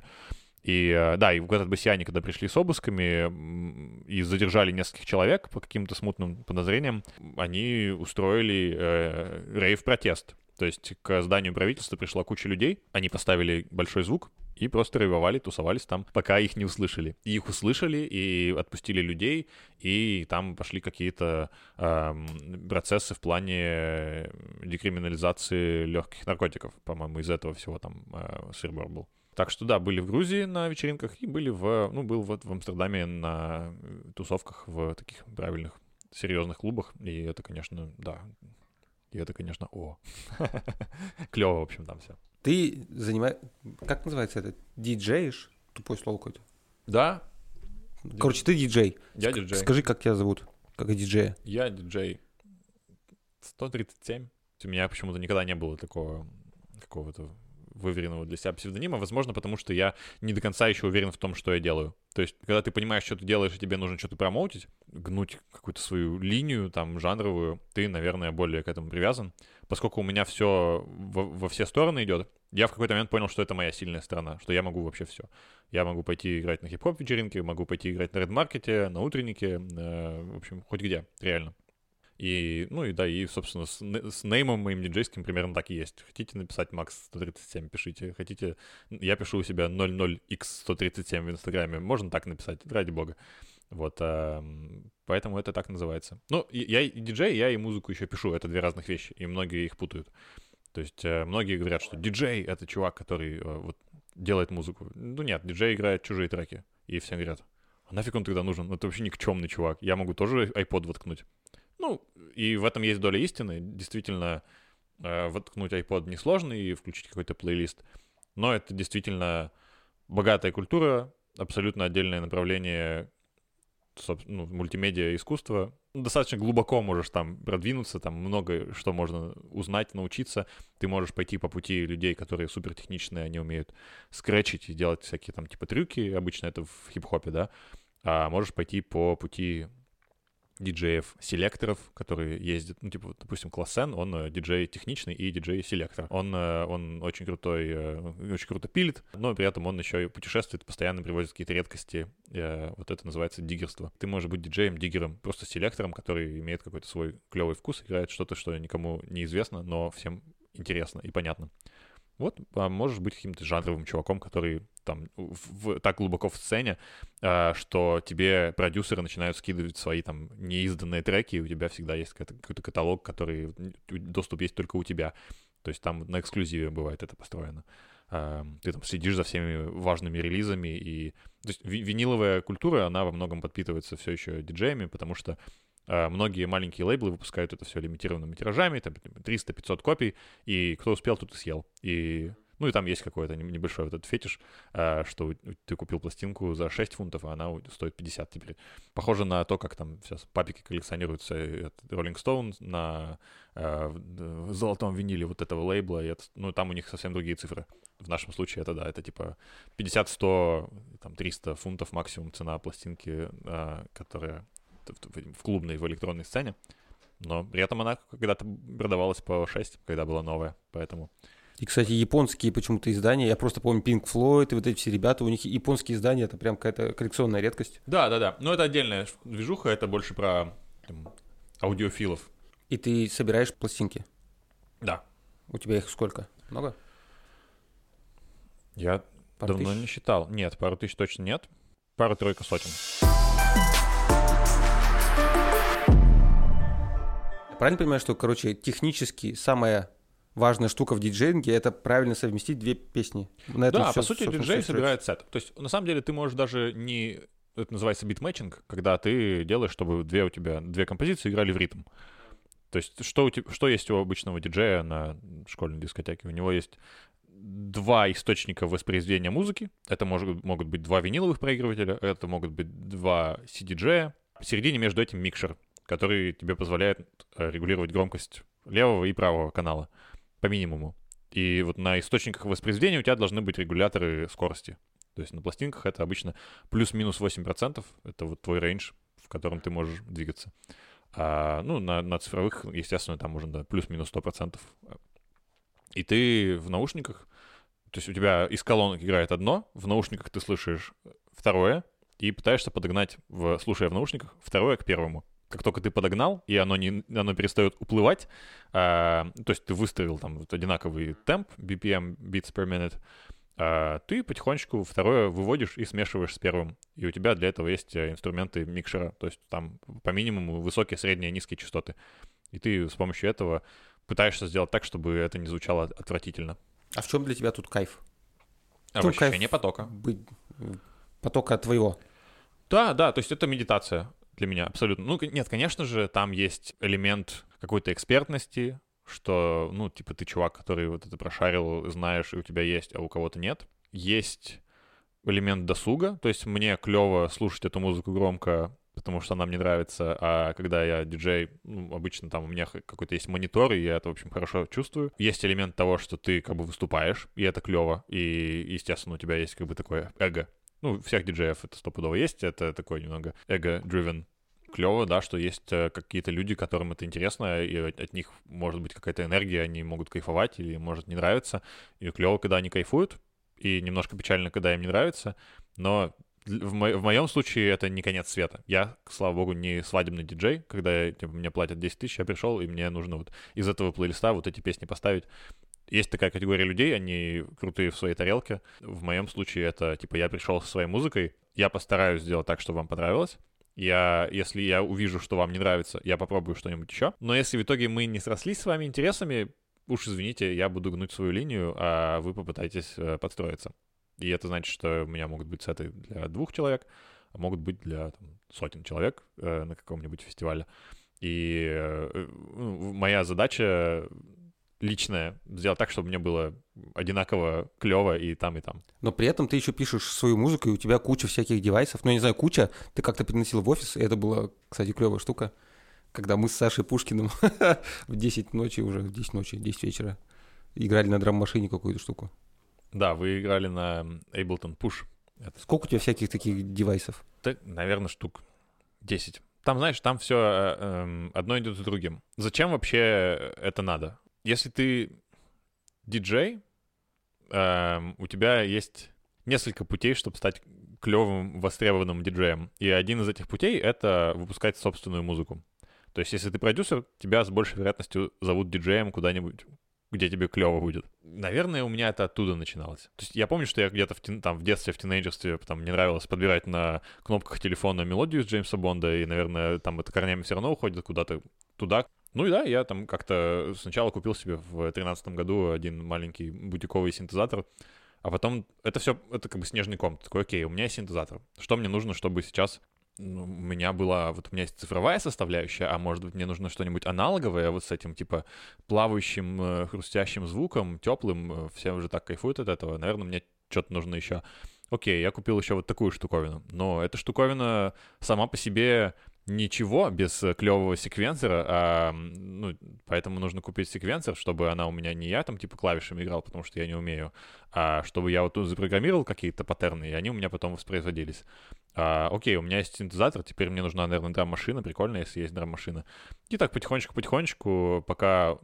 И да, и в этот Бассиане, когда пришли с обысками и задержали нескольких человек по каким-то смутным подозрениям, они устроили э, рейв-протест. То есть к зданию правительства пришла куча людей, они поставили большой звук и просто рейвовали, тусовались там, пока их не услышали. И их услышали, и отпустили людей, и там пошли какие-то э, процессы в плане декриминализации легких наркотиков. По-моему, из этого всего там э, сыр-бор был. Так что да, были в Грузии на вечеринках и были в, ну, был вот в Амстердаме на тусовках в таких правильных, серьезных клубах. И это, конечно, да, и это, конечно, о, клево, в общем, там все. Ты занимаешь, как называется это, диджеешь? Тупое слово какое-то. Да. Короче, ты диджей. Я диджей. Скажи, как тебя зовут, как и диджея. Я диджей сто тридцать семь. У меня почему-то никогда не было такого какого-то выверенного для себя псевдонима, возможно, потому что я не до конца еще уверен в том, что я делаю. То есть, когда ты понимаешь, что ты делаешь, и тебе нужно что-то промоутить, гнуть какую-то свою линию, там, жанровую, ты, наверное, более к этому привязан. Поскольку у меня все во, во все стороны идет, я в какой-то момент понял, что это моя сильная сторона, что я могу вообще все. Я могу пойти играть на хип-хоп вечеринке, могу пойти играть на ред-маркете, на утреннике, э, в общем, хоть где, реально. И, ну и да, и, собственно, с, с неймом моим диджейским примерно так и есть. Хотите написать Макс сто тридцать семь, пишите. Хотите, я пишу у себя ноль ноль икс сто тридцать семь в Инстаграме. Можно так написать, ради бога. Вот, а, поэтому это так называется. Ну, я и диджей, я и музыку еще пишу. Это две разных вещи, и многие их путают. То есть многие говорят, что диджей — это чувак, который вот делает музыку. Ну нет, диджей играет чужие треки. И все говорят, а нафиг он тогда нужен? Это вообще никчемный чувак. Я могу тоже iPod воткнуть. Ну, и в этом есть доля истины. Действительно, э, воткнуть iPod несложно и включить какой-то плейлист. Но это действительно богатая культура, абсолютно отдельное направление, ну, мультимедиа искусства. Достаточно глубоко можешь там продвинуться, там много что можно узнать, научиться. Ты можешь пойти по пути людей, которые супертехничные, они умеют скретчить и делать всякие там типа трюки. Обычно это в хип-хопе, да. А можешь пойти по пути диджеев, селекторов, которые ездят, ну, типа, допустим, Классен, он э, диджей техничный и диджей-селектор. Он, э, он очень крутой, э, очень круто пилит, но при этом он еще и путешествует, постоянно привозит какие-то редкости. Э, вот это называется диггерство. Ты можешь быть диджеем-диггером, просто селектором, который имеет какой-то свой клевый вкус, играет что-то, что никому не известно, но всем интересно и понятно. Вот, а можешь быть каким-то жанровым чуваком, который там в, в, так глубоко в сцене, а, что тебе продюсеры начинают скидывать свои там неизданные треки, и у тебя всегда есть какой-то каталог, который доступ есть только у тебя. То есть там на эксклюзиве бывает это построено. А, ты там следишь за всеми важными релизами. И... То есть ви- виниловая культура, она во многом подпитывается все еще диджеями, потому что многие маленькие лейблы выпускают это все лимитированными тиражами, там триста-пятьсот копий, и кто успел, тот и съел. И, ну и там есть какой-то небольшой вот этот фетиш, что ты купил пластинку за шесть фунтов, а она стоит пятьдесят теперь. Похоже на то, как там сейчас папики коллекционируются Rolling Stone на э, золотом виниле вот этого лейбла, и это, ну там у них совсем другие цифры. В нашем случае это, да, это типа пятьдесят, сто, там триста фунтов максимум цена пластинки, э, которая... в клубной, в электронной сцене, но при этом она когда-то продавалась по шесть, когда была новая, поэтому... И, кстати, японские почему-то издания, я просто помню Pink Floyd и вот эти все ребята, у них японские издания, это прям какая-то коллекционная редкость. Да-да-да, но это отдельная движуха, это больше про там, аудиофилов. И ты собираешь пластинки? Да. У тебя их сколько? Много? Я пару давно тысяч? Не считал. Нет, пару тысяч точно нет. Пару-тройка сотен. Правильно понимаю, что, короче, технически самая важная штука в диджеинге — это правильно совместить две песни? На этом да, все, по сути, диджей собирает сет. То есть, на самом деле, ты можешь даже не... Это называется битмэтчинг, когда ты делаешь, чтобы две у тебя, две композиции играли в ритм. То есть, что, у тебя, что есть у обычного диджея на школьной дискотеке? У него есть два источника воспроизведения музыки. Это может, могут быть два виниловых проигрывателя, это могут быть два си ди-джея. Посередине между этим микшер. который тебе позволяет регулировать громкость левого и правого канала по минимуму. И вот на источниках воспроизведения у тебя должны быть регуляторы скорости. То есть на пластинках это обычно плюс-минус восемь процентов. Это вот твой рейндж, в котором ты можешь двигаться. А, ну, на, на цифровых, естественно, там можно да, плюс-минус сто процентов. И ты в наушниках, то есть у тебя из колонок играет одно, в наушниках ты слышишь второе, и пытаешься подогнать, в, слушая в наушниках, второе к первому. Как только ты подогнал, и оно, не, оно перестает уплывать, а, то есть ты выставил там вот одинаковый темп, би пи эм, beats per minute, а, ты потихонечку второе выводишь и смешиваешь с первым. И у тебя для этого есть инструменты микшера, то есть там по минимуму высокие, средние, низкие частоты. И ты с помощью этого пытаешься сделать так, чтобы это не звучало отвратительно. А в чем для тебя тут кайф? А в ощущении потока. Быть, потока твоего. Да, да, то есть это медитация для меня абсолютно. Ну, нет, конечно же, там есть элемент какой-то экспертности, что, ну, типа ты чувак, который вот это прошарил, знаешь, и у тебя есть, а у кого-то нет. Есть элемент досуга, то есть мне клево слушать эту музыку громко, потому что она мне нравится, а когда я диджей, ну, обычно там у меня какой-то есть монитор, и я это, в общем, хорошо чувствую. Есть элемент того, что ты как бы выступаешь, и это клево, и, естественно, у тебя есть как бы такое эго. Ну, у всех диджеев это стопудово есть, это такой немного эго-driven. Клево, да, что есть какие-то люди, которым это интересно, и от них может быть какая-то энергия, они могут кайфовать или может не нравиться. И клево, когда они кайфуют, и немножко печально, когда им не нравится, но в, мо- в моем случае это не конец света. Я, слава богу, не свадебный диджей, когда типа, мне платят десять тысяч, я пришел, и мне нужно вот из этого плейлиста вот эти песни поставить. Есть такая категория людей, они крутые в своей тарелке. В моем случае это, типа, я пришел со своей музыкой, я постараюсь сделать так, чтобы вам понравилось. Я, если я увижу, что вам не нравится, я попробую что-нибудь еще. Но если в итоге мы не срослись с вами интересами, уж извините, я буду гнуть свою линию, а вы попытаетесь э, подстроиться. И это значит, что у меня могут быть сеты для двух человек, а могут быть для там, сотен человек э, на каком-нибудь фестивале. И э, ну, моя задача личная сделать так, чтобы мне было одинаково клево и там, и там. Но при этом ты еще пишешь свою музыку, и у тебя куча всяких девайсов. Ну, я не знаю, куча. Ты как-то приносил в офис, и это была, кстати, клевая штука. Когда мы с Сашей Пушкиным в десять ночи уже, в десять ночи, десять вечера играли на драм-машине какую-то штуку. Да, вы играли на Ableton Push. Это... Сколько у тебя всяких таких девайсов? Так, наверное, штук десять. Там, знаешь, там все э, э, одно идет за другим. Зачем вообще это надо? Если ты диджей, э, у тебя есть несколько путей, чтобы стать клевым, востребованным диджеем. И один из этих путей — это выпускать собственную музыку. То есть, если ты продюсер, тебя с большей вероятностью зовут диджеем куда-нибудь, где тебе клево будет. Наверное, у меня это оттуда начиналось. То есть я помню, что я где-то в, тин, там, в детстве, в тинейджерстве, там, мне нравилось подбирать на кнопках телефона мелодию из Джеймса Бонда, и, наверное, там это корнями все равно уходит куда-то туда. Ну и да, я там как-то сначала купил себе в тринадцатом году один маленький бутиковый синтезатор, а потом это все, это как бы снежный ком. Такой, окей, у меня есть синтезатор. Что мне нужно, чтобы сейчас... Ну, у меня была, вот у меня есть цифровая составляющая, а может быть мне нужно что-нибудь аналоговое вот с этим типа плавающим, э, хрустящим звуком, теплым, э, все уже так кайфуют от этого, наверное, мне что-то нужно еще. Окей, я купил еще вот такую штуковину, но эта штуковина сама по себе ничего без клевого секвенсора, а, ну, поэтому нужно купить секвенсор, чтобы она у меня не я там типа клавишами играл, потому что я не умею, а чтобы я вот тут запрограммировал какие-то паттерны, и они у меня потом воспроизводились. А, окей, у меня есть синтезатор, теперь мне нужна, наверное, драм-машина, прикольно, если есть драм-машина. И так потихонечку-потихонечку, пока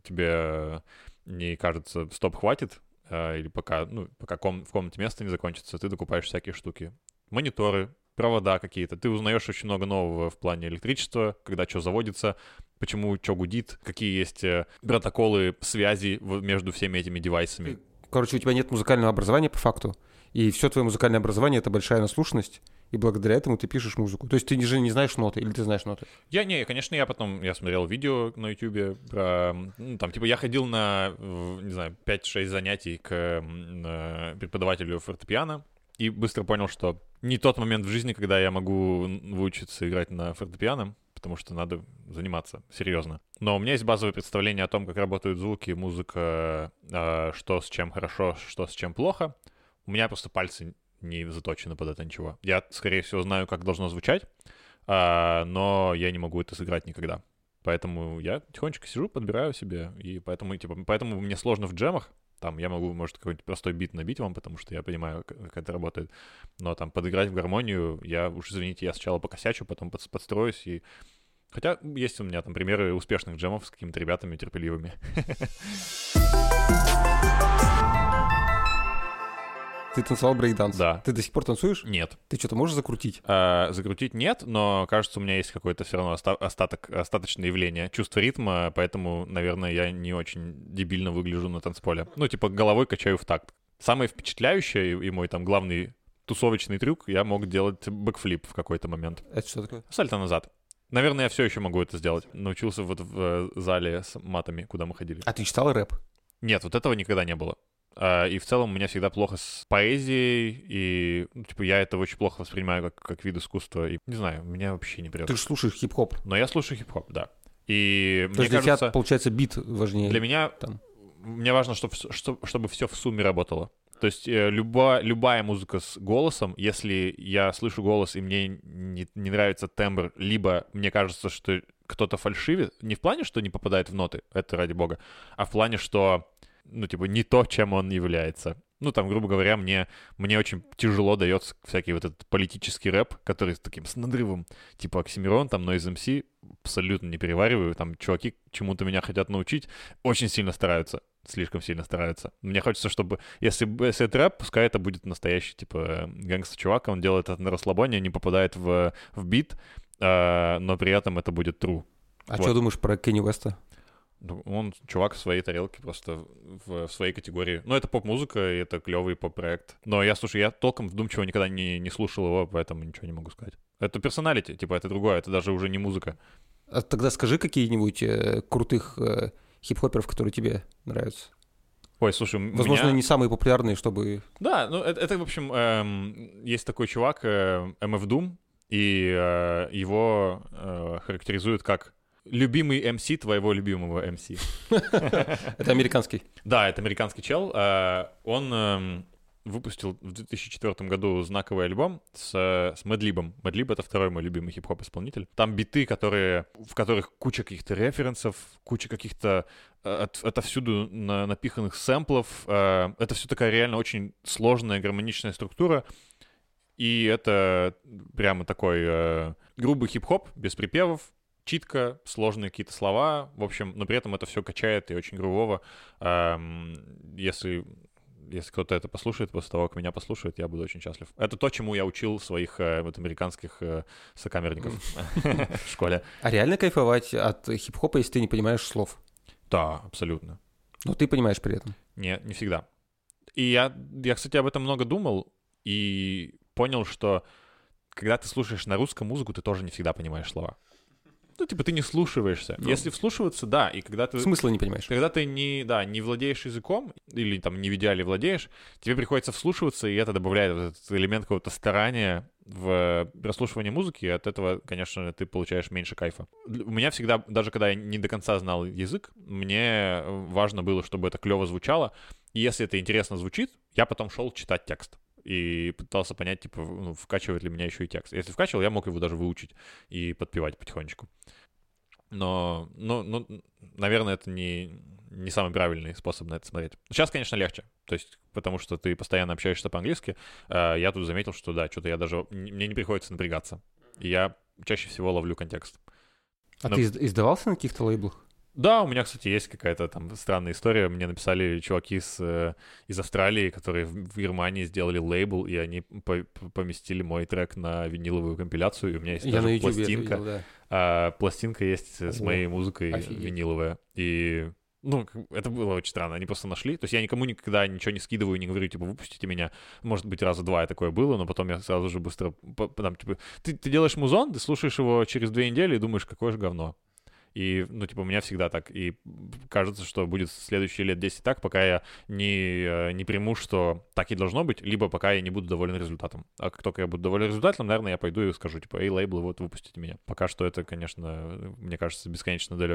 тебе не кажется, стоп, хватит, а, или пока, ну, пока ком- в комнате место не закончится, ты докупаешь всякие штуки. Мониторы, провода какие-то. Ты узнаешь очень много нового в плане электричества, когда что заводится, почему что гудит, какие есть протоколы связи между всеми этими девайсами. Короче, у тебя нет музыкального образования по факту, и все твое музыкальное образование — это большая наслушанность, и благодаря этому ты пишешь музыку. То есть ты же не знаешь ноты, или ты знаешь ноты? Я, не, конечно, я потом, я смотрел видео на ютубе про, ну, там, типа, я ходил на, не знаю, пять-шесть занятий к преподавателю фортепиано, и быстро понял, что не тот момент в жизни, когда я могу выучиться играть на фортепиано, потому что надо заниматься серьезно. Но у меня есть базовое представление о том, как работают звуки, музыка, что с чем хорошо, что с чем плохо. У меня просто пальцы не заточены под это ничего. Я, скорее всего, знаю, как должно звучать, а, но я не могу это сыграть никогда. Поэтому я тихонечко сижу, подбираю себе, и поэтому, типа, поэтому мне сложно в джемах. Там я могу, может, какой-нибудь простой бит набить вам, потому что я понимаю, как это работает. Но там подыграть в гармонию, я уж, извините, я сначала покосячу, потом под, подстроюсь. И... Хотя есть у меня там примеры успешных джемов с какими-то ребятами терпеливыми. Ты танцевал брейк-данс? Да. Ты до сих пор танцуешь? Нет. Ты что-то можешь закрутить? А, закрутить нет, но, кажется, у меня есть какое-то все равно оста- остаток, остаточное явление. Чувство ритма, поэтому, наверное, я не очень дебильно выгляжу на танцполе. Ну, типа, головой качаю в такт. Самое впечатляющее и мой там главный тусовочный трюк, я мог делать бэкфлип в какой-то момент. Это что такое? Сальто назад. Наверное, я все еще могу это сделать. Научился вот в зале с матами, куда мы ходили. А ты читал рэп? Нет, вот этого никогда не было. И в целом у меня всегда плохо с поэзией, и, ну, типа, я это очень плохо воспринимаю как, как вид искусства, и, не знаю, меня вообще не прет. Ты же слушаешь хип-хоп. Но я слушаю хип-хоп, да. И То мне есть для кажется... тебя, получается, бит важнее? Для меня... Там. Мне важно, чтобы, чтобы все в сумме работало. То есть люба, любая музыка с голосом, если я слышу голос, и мне не, не нравится тембр, либо мне кажется, что кто-то фальшивит, не в плане, что не попадает в ноты, это ради бога, а в плане, что... ну, типа, не то, чем он является. Ну, там, грубо говоря, мне, мне очень тяжело дается всякий вот этот политический рэп, который с таким, с надрывом, типа Оксимирон, там, Noise эм си, абсолютно не перевариваю. Там чуваки чему-то меня хотят научить, очень сильно стараются, слишком сильно стараются. Мне хочется, чтобы, если, если это рэп, пускай это будет настоящий, типа, гангстер-чувак, он делает это на расслабоне, не попадает в, в бит, э, но при этом это будет true. А вот. Что думаешь про Кенни Уэста? Он чувак в своей тарелке, просто в, в своей категории. Ну, это поп-музыка, и это клевый поп-проект. Но я, слушай, я толком вдумчиво никогда не, не слушал его, поэтому ничего не могу сказать. Это персоналити, типа, это другое, это даже уже не музыка. А тогда скажи какие-нибудь э, крутых э, хип-хоперов, которые тебе нравятся. Ой, слушай, возможно, меня... не самые популярные, чтобы... Да, ну, это, это в общем, эм, есть такой чувак, э, эм эф Doom, и э, его э, характеризуют как... любимый эм си твоего любимого эм си. Это американский. Да, это американский чел. Он выпустил в две тысячи четвёртом году знаковый альбом с, с Мэдлибом. Мэдлиб — это второй мой любимый хип-хоп-исполнитель. Там биты, которые, в которых куча каких-то референсов, куча каких-то от, отовсюду на, напиханных сэмплов. Это все такая реально очень сложная гармоничная структура. И это прямо такой э, грубый хип-хоп, без припевов, читка, сложные какие-то слова, в общем, но при этом это все качает и очень грубово. Эм, если, если кто-то это послушает, после того, как меня послушает, я буду очень счастлив. Это то, чему я учил своих э, вот, американских э, сокамерников в школе. А реально кайфовать от хип-хопа, если ты не понимаешь слов? Да, абсолютно. Но ты понимаешь при этом? Не, не всегда. И я, я, кстати, об этом много думал и понял, что когда ты слушаешь на русском музыку, ты тоже не всегда понимаешь слова. Ну, типа, ты не вслушиваешься. Ну, если вслушиваться, да, и когда ты... Смысла не понимаешь. Когда ты не, да, не владеешь языком, или там не в идеале владеешь, тебе приходится вслушиваться, и это добавляет вот этот элемент какого-то старания в прослушивании музыки, и от этого, конечно, ты получаешь меньше кайфа. У меня всегда, даже когда я не до конца знал язык, мне важно было, чтобы это клево звучало, и если это интересно звучит, я потом шел читать текст. И пытался понять, типа, ну, вкачивает ли меня еще и текст. Если вкачивал, я мог его даже выучить и подпевать потихонечку. Но, ну, ну, наверное, это не, не самый правильный способ на это смотреть. Сейчас, конечно, легче. То есть, потому что ты постоянно общаешься по-английски. Я тут заметил, что да, что-то я даже... Мне не приходится напрягаться. И я чаще всего ловлю контекст. А Но... ты издавался на каких-то лейблах? Да, у меня, кстати, есть какая-то там странная история. Мне написали чуваки с, э, из Австралии, которые в, в Германии сделали лейбл, и они по- поместили мой трек на виниловую компиляцию, и у меня есть Я даже на YouTube пластинка. видел, да. а, пластинка есть с О, моей музыкой офигеть. виниловая. И, ну, это было очень странно. Они просто нашли. То есть я никому никогда ничего не скидываю, не говорю, типа, выпустите меня. Может быть, раза два такое было, но потом я сразу же быстро... Там, типа, ты, ты делаешь музон, ты слушаешь его через две недели и думаешь, какое же говно. И, ну, типа, у меня всегда так. И кажется, что будет следующие лет десять так, пока я не, не приму, что так и должно быть, либо пока я не буду доволен результатом. А как только я буду доволен результатом, наверное, я пойду и скажу, типа, эй, лейблы, вот, выпустите меня. Пока что это, конечно, мне кажется, бесконечно далеким.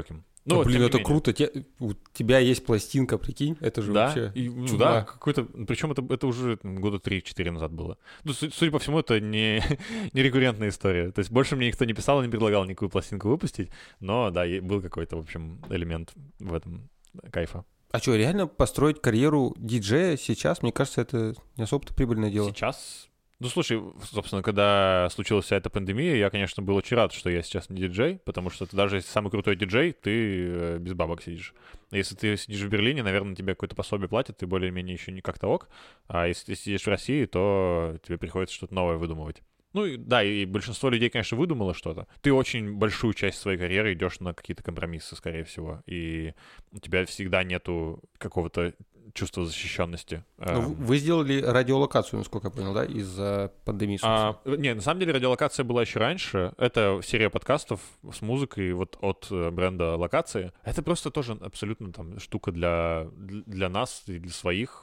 Ну, да, блин, это менее. Круто. Те, у тебя есть пластинка, прикинь, это же да? вообще И, ну, да, какой-то... Причем это, это уже года три-четыре назад было. Ну, судя по всему, это не, не рекуррентная история. То есть больше мне никто не писал, не предлагал никакую пластинку выпустить, но, да, был какой-то, в общем, элемент в этом кайфа. А что, реально построить карьеру диджея сейчас, мне кажется, это не особо-то прибыльное дело. Сейчас... Ну, слушай, собственно, когда случилась вся эта пандемия, я, конечно, был очень рад, что я сейчас не диджей, потому что ты, даже если самый крутой диджей, ты без бабок сидишь. Если ты сидишь в Берлине, наверное, тебе какое-то пособие платят, ты более-менее еще не как-то ок. А если ты сидишь в России, то тебе приходится что-то новое выдумывать. Ну, да, и большинство людей, конечно, выдумало что-то. Ты очень большую часть своей карьеры идешь на какие-то компромиссы, скорее всего, и у тебя всегда нету какого-то чувства защищенности. Ну, вы сделали радиолокацию, насколько я понял, да, из-за пандемии? А, не, на самом деле радиолокация была еще раньше. Это серия подкастов с музыкой вот от бренда Локации. Это просто тоже абсолютно там штука для, для нас и для своих.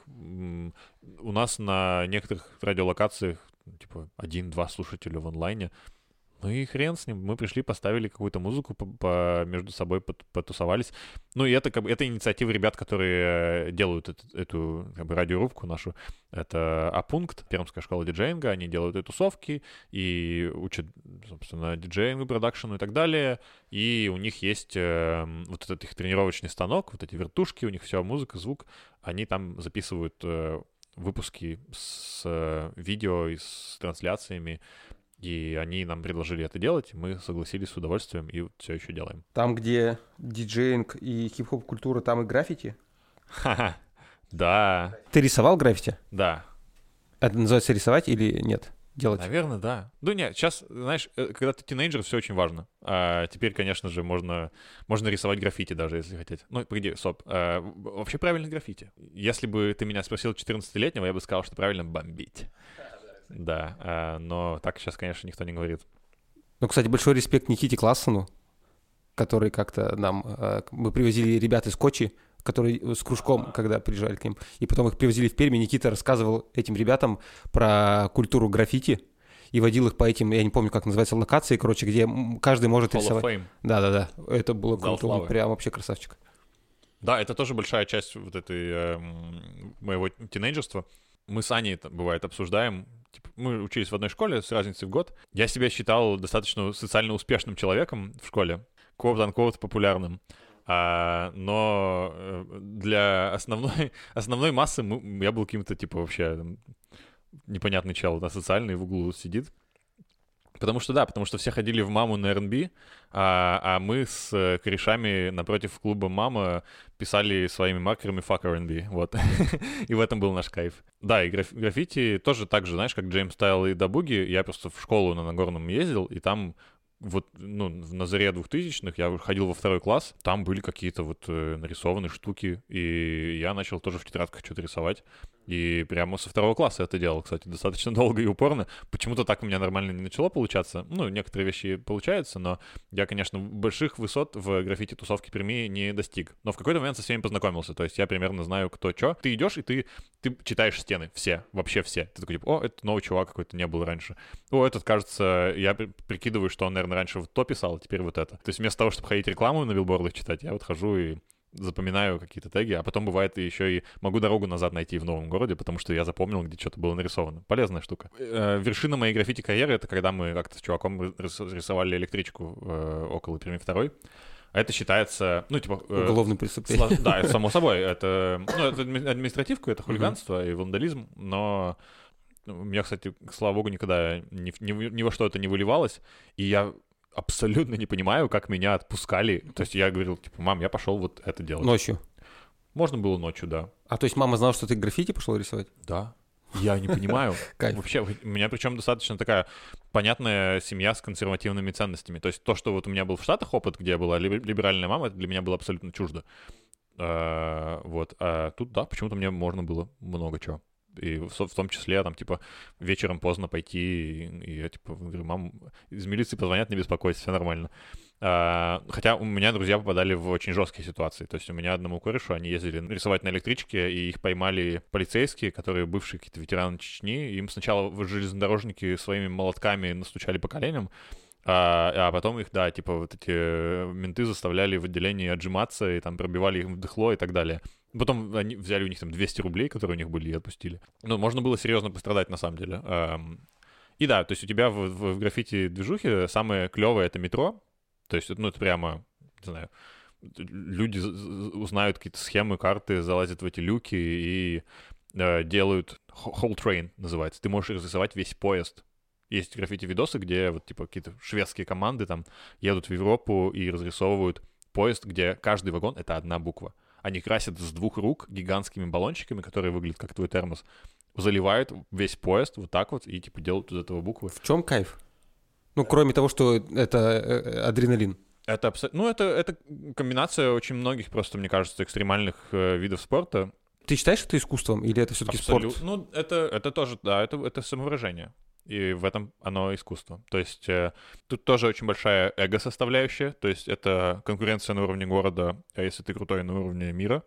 У нас на некоторых радиолокациях типа один-два слушателя в онлайне. Ну и хрен с ним. Мы пришли, поставили какую-то музыку, по, по, между собой потусовались. Ну и это, как бы, это инициатива ребят, которые делают эту, эту как бы, радиорубку нашу. Это А-пункт, Пермская школа диджеинга. Они делают и тусовки, и учат, собственно, диджеингу, продакшену и так далее. И у них есть э, вот этот их тренировочный станок, вот эти вертушки, у них вся музыка, звук. Они там записывают э, выпуски с э, видео и с трансляциями. И они нам предложили это делать, мы согласились с удовольствием и все еще делаем. Там, где диджеинг и хип-хоп культура, там и граффити? Ха-ха, да. Ты рисовал граффити? Да. Это называется рисовать или нет? Делать? Наверное, да. Ну нет, сейчас, знаешь, когда ты тинейджер, все очень важно. А теперь, конечно же, можно, можно рисовать граффити даже, если хотеть. Ну, погоди, стоп. А, вообще правильно граффити. Если бы ты меня спросил четырнадцатилетнего, я бы сказал, что правильно бомбить. Да, а, но так сейчас, конечно, никто не говорит. Ну, кстати, большой респект Никите Классену, который как-то нам... Мы привозили ребят из Кочи, которые с кружком, когда приезжали к ним, и потом их привозили в Пермь, и Никита рассказывал этим ребятам про культуру граффити и водил их по этим, я не помню, как называется, локации, короче, где каждый может Hall рисовать. of Fame. Да-да-да, это было круто, он прям вообще красавчик. Да, это тоже большая часть вот этой э, моего тинейджерства. Мы с Аней, бывает, обсуждаем. Типа, мы учились в одной школе с разницей в год. Я себя считал достаточно социально успешным человеком в школе, quote-unquote популярным. А, но для основной, основной массы мы, я был каким-то, типа, вообще там, непонятный чел, да, социальный, в углу сидит. Потому что, да, потому что все ходили в «Маму» на эр энд би, а, а мы с корешами напротив клуба «Мама» писали своими маркерами «Fuck эр энд би», вот. И в этом был наш кайф. Да, и граф- граффити тоже так же, знаешь, как Джеймс Тайл и Дабуги. Я просто в школу на Нагорном ездил, и там вот, ну, на заре двухтысячных я ходил во второй класс, там были какие-то вот э, нарисованные штуки, и я начал тоже в тетрадках что-то рисовать. И прямо со второго класса это делал, кстати, достаточно долго и упорно. Почему-то так у меня нормально не начало получаться. Ну, некоторые вещи получаются, но я, конечно, больших высот в граффити-тусовке Перми не достиг. Но в какой-то момент со всеми познакомился. То есть я примерно знаю, кто что. Ты идешь, и ты, ты читаешь стены. Все, вообще все. Ты такой, типа, о, это новый чувак какой-то, не был раньше. О, этот, кажется, я прикидываю, что он, наверное, раньше вот то писал, а теперь вот это. То есть вместо того, чтобы ходить рекламу на билбордах читать, я вот хожу и запоминаю какие-то теги, а потом бывает еще и могу дорогу назад найти в новом городе, потому что я запомнил, где что-то было нарисовано. Полезная штука. Э, вершина моей граффити-карьеры — это когда мы как-то с чуваком рисовали электричку э, около Перми второй. А это считается, ну, типа... Э, Уголовным преступлением. Слож... Да, это само собой. Это, ну, это административка, это хулиганство и вандализм, но у меня, кстати, слава богу, никогда ни, ни, ни во что это не выливалось, и я абсолютно не понимаю, как меня отпускали. То есть я говорил, типа, мам, я пошел вот это делать. Ночью? Можно было ночью, да. А то есть мама знала, что ты граффити пошел рисовать? Да. Я не понимаю. Вообще, у меня причем достаточно такая понятная семья с консервативными ценностями. То есть то, что вот у меня был в Штатах опыт, где была либеральная мама, это для меня было абсолютно чуждо. Вот. А тут, да, почему-то мне можно было много чего. И в, в том числе, там, типа, вечером поздно пойти, и, и я, типа, говорю, мам, из милиции позвонят, не беспокойся, все нормально. А, хотя у меня друзья попадали в очень жесткие ситуации. То есть у меня одному корешу, они ездили рисовать на электричке, и их поймали полицейские, которые бывшие какие-то ветераны Чечни. Им сначала железнодорожники своими молотками настучали по коленям, А, а потом их, да, типа вот эти менты заставляли в отделении отжиматься, и там пробивали их в дыхло и так далее. Потом они взяли у них там двести рублей, которые у них были, и отпустили. Ну, можно было серьезно пострадать, на самом деле. И да, то есть у тебя в, в, в граффити-движухе самое клевое — это метро. То есть, ну, это прямо, не знаю, люди узнают какие-то схемы, карты, залазят в эти люки и э, делают whole train, называется. Ты можешь разрисовать весь поезд. Есть граффити-видосы, где вот типа какие-то шведские команды там едут в Европу и разрисовывают поезд, где каждый вагон — это одна буква. Они красят с двух рук гигантскими баллончиками, которые выглядят как твой термос, заливают весь поезд вот так вот и типа делают из этого буквы. В чем кайф? Ну, кроме того, что это адреналин. Это, ну, это, это комбинация очень многих просто, мне кажется, экстремальных э, видов спорта. Ты считаешь это искусством или это все-таки Абсолют... спорт? Ну, это, это тоже, да, это, это самовыражение. И в этом оно искусство. То есть э, тут тоже очень большая эго-составляющая. То есть это конкуренция на уровне города, а если ты крутой, на уровне мира.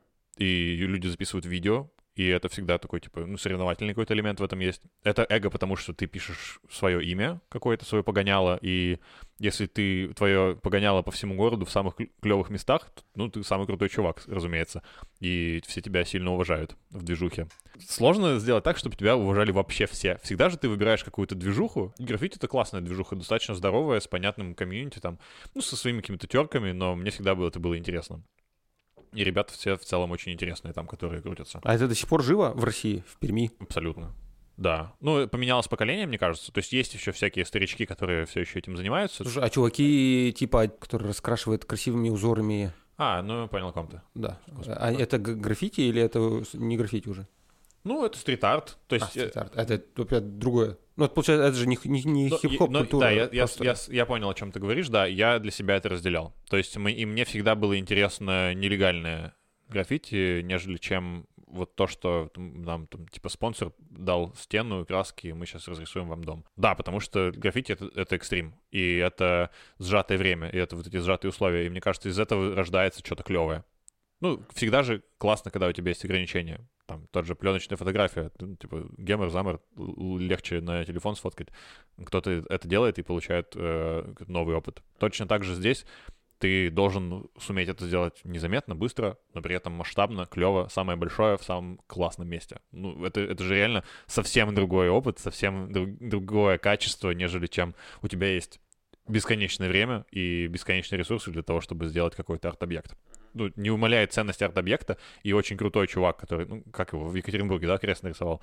И люди записывают видео, и это всегда такой, типа, ну, соревновательный какой-то элемент в этом есть. Это эго, потому что ты пишешь свое имя какое-то, свое погоняло, и если ты, твое погоняло по всему городу в самых клевых местах, то, ну, ты самый крутой чувак, разумеется, и все тебя сильно уважают в движухе. Сложно сделать так, чтобы тебя уважали вообще все. Всегда же ты выбираешь какую-то движуху. Граффити — это классная движуха, достаточно здоровая, с понятным комьюнити, там, ну, со своими какими-то терками, но мне всегда было, это было интересно. И ребята все в целом очень интересные там, которые крутятся. А это до сих пор живо в России, в Перми? Абсолютно. Да. Ну, поменялось поколение, мне кажется. То есть есть еще всякие старички, которые все еще этим занимаются. Слушай, а чуваки, типа, которые раскрашивают красивыми узорами... А, ну, понял, о ком ты. Да. Господи, а да. Это граффити или это не граффити уже? Ну, это стрит-арт. То есть... А, стрит-арт. Это опять другое. Ну, это, получается, это же не, не, не но, хип-хоп-культура. Да, я, я, я, я понял, о чем ты говоришь, да. Я для себя это разделял. То есть мы, и мне всегда было интересно нелегальное граффити, нежели чем вот то, что нам там типа спонсор дал стену, краски, и мы сейчас разрисуем вам дом. Да, потому что граффити это, — это экстрим, и это сжатое время, и это вот эти сжатые условия, и мне кажется, из этого рождается что-то клевое. Ну, всегда же классно, когда у тебя есть ограничения. Там тот же пленочная фотография, типа гемор, замор, легче на телефон сфоткать. Кто-то это делает и получает э, новый опыт. Точно так же здесь ты должен суметь это сделать незаметно, быстро, но при этом масштабно, клево, самое большое в самом классном месте. Ну, это, это же реально совсем другой опыт, совсем друг, другое качество, нежели чем у тебя есть бесконечное время и бесконечные ресурсы для того, чтобы сделать какой-то арт-объект. Ну, не умаляет ценность арт-объекта, и очень крутой чувак, который, ну, как его, в Екатеринбурге, да, крест нарисовал.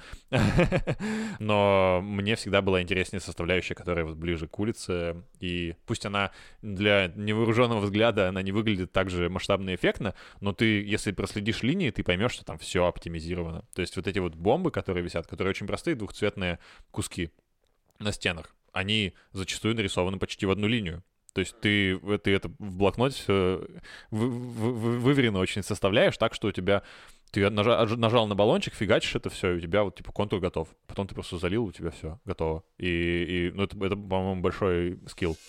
Но мне всегда была интереснее составляющая, которая вот ближе к улице, и пусть она для невооруженного взгляда, она не выглядит так же масштабно и эффектно, но ты, если проследишь линии, ты поймешь, что там все оптимизировано. То есть вот эти вот бомбы, которые висят, которые очень простые, двухцветные куски на стенах, они зачастую нарисованы почти в одну линию. То есть ты, ты это в блокноте все вы, вы, вы, выверенно очень составляешь так, что у тебя... Ты нажал, нажал на баллончик, фигачишь это все, и у тебя вот типа контур готов. Потом ты просто залил, у тебя все готово. И, и ну, это, это, по-моему, большой скилл.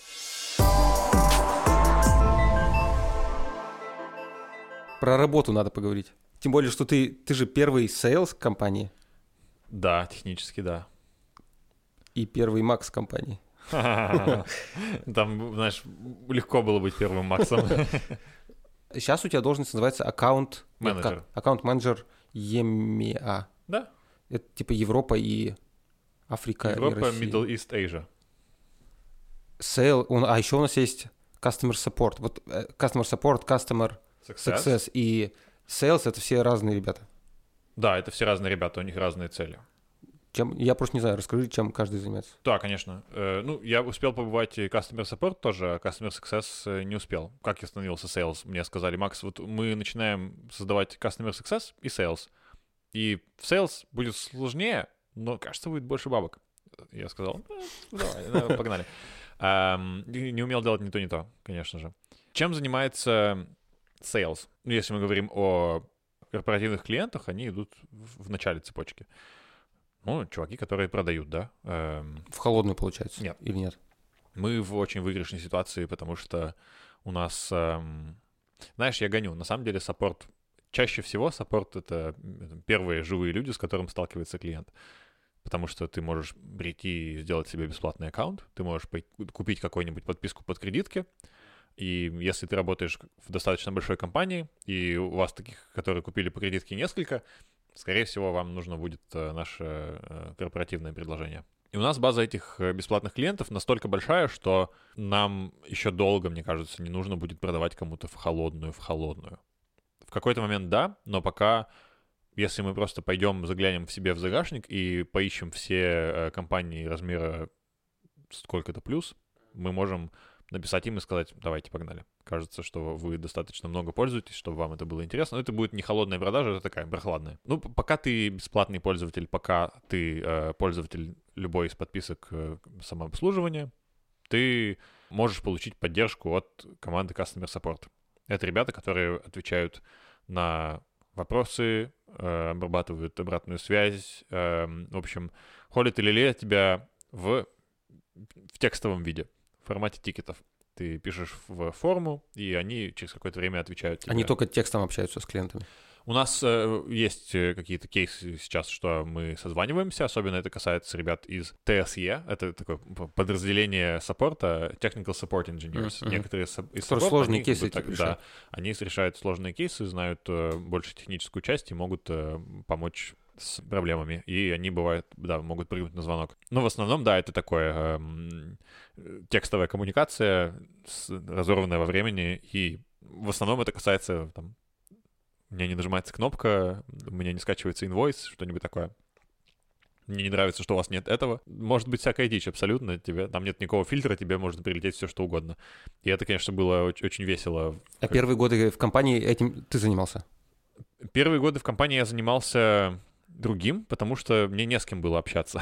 Про работу надо поговорить. Тем более, что ты, ты же первый сейлс компании. Да, технически, да. И первый макс компании. Там, знаешь, легко было быть первым Максом. Сейчас у тебя должность называется аккаунт-менеджер. Аккаунт-менеджер ЕМЕА. Да. Это типа Европа и Африка Европа, и Россия. Middle East, Asia. Sale, он, а еще у нас есть Customer Support. Вот Customer Support, Customer Success, Success и Sales — это все разные ребята. Да, это все разные ребята, у них разные цели. Чем, я просто не знаю, расскажи, чем каждый занимается. Да, конечно. Э, ну, я успел побывать и Customer Support тоже, а Customer Success не успел. Как я становился Sales? Мне сказали: Макс, вот мы начинаем создавать Customer Success и Sales. И в Sales будет сложнее, но, кажется, будет больше бабок. Я сказал: ну, давай, погнали. Um, не умел делать ни то, ни то, конечно же. Чем занимается Sales? Ну, если мы говорим о корпоративных клиентах, они идут в, в начале цепочки. Ну, чуваки, которые продают, да. Эм... В холодную, получается? Нет. Или нет? Мы в очень выигрышной ситуации, потому что у нас... Эм... Знаешь, я гоню. На самом деле саппорт... Чаще всего саппорт — это первые живые люди, с которыми сталкивается клиент. потому что ты можешь прийти и сделать себе бесплатный аккаунт, ты можешь купить какую-нибудь подписку под кредитки, и если ты работаешь в достаточно большой компании, и у вас таких, которые купили по кредитке, несколько, скорее всего, вам нужно будет наше корпоративное предложение. И у нас база этих бесплатных клиентов настолько большая, что нам еще долго, мне кажется, не нужно будет продавать кому-то в холодную, в холодную. В какой-то момент да, но пока, если мы просто пойдем, заглянем в себе в загашник и поищем все компании размера сколько-то плюс, мы можем написать им и сказать: давайте, погнали. Кажется, что вы достаточно много пользуетесь, чтобы вам это было интересно. Но это будет не холодная продажа, это такая прохладная. Ну, пока ты бесплатный пользователь, пока ты э, пользователь любой из подписок э, самообслуживания, ты можешь получить поддержку от команды Customer Support. Это ребята, которые отвечают на вопросы, э, обрабатывают обратную связь, э, в общем, ходят и лелеют тебя в, в текстовом виде, в формате тикетов. Ты пишешь в форму, и они через какое-то время отвечают тебе. Они только текстом общаются с клиентами? У нас э, есть какие-то кейсы сейчас, что мы созваниваемся, особенно это касается ребят из ти эс и, это такое подразделение саппорта, Technical Support Engineers. Mm-hmm. Некоторые со- из саппорта, сложные они, кейсы вот так, да, они решают сложные кейсы, знают э, больше техническую часть и могут э, помочь с проблемами, и они бывают, да, могут прыгнуть на звонок. Но в основном, да, это такое э, текстовая коммуникация, с, разорванная во времени, и в основном это касается, там, у меня не нажимается кнопка, у меня не скачивается инвойс, что-нибудь такое. Мне не нравится, что у вас нет этого. Может быть всякая дичь абсолютно, тебе, там нет никакого фильтра, тебе может прилететь все, что угодно. И это, конечно, было очень, очень весело. А как... первые годы в компании этим ты занимался? Первые годы в компании я занимался другим, потому что мне не с кем было общаться.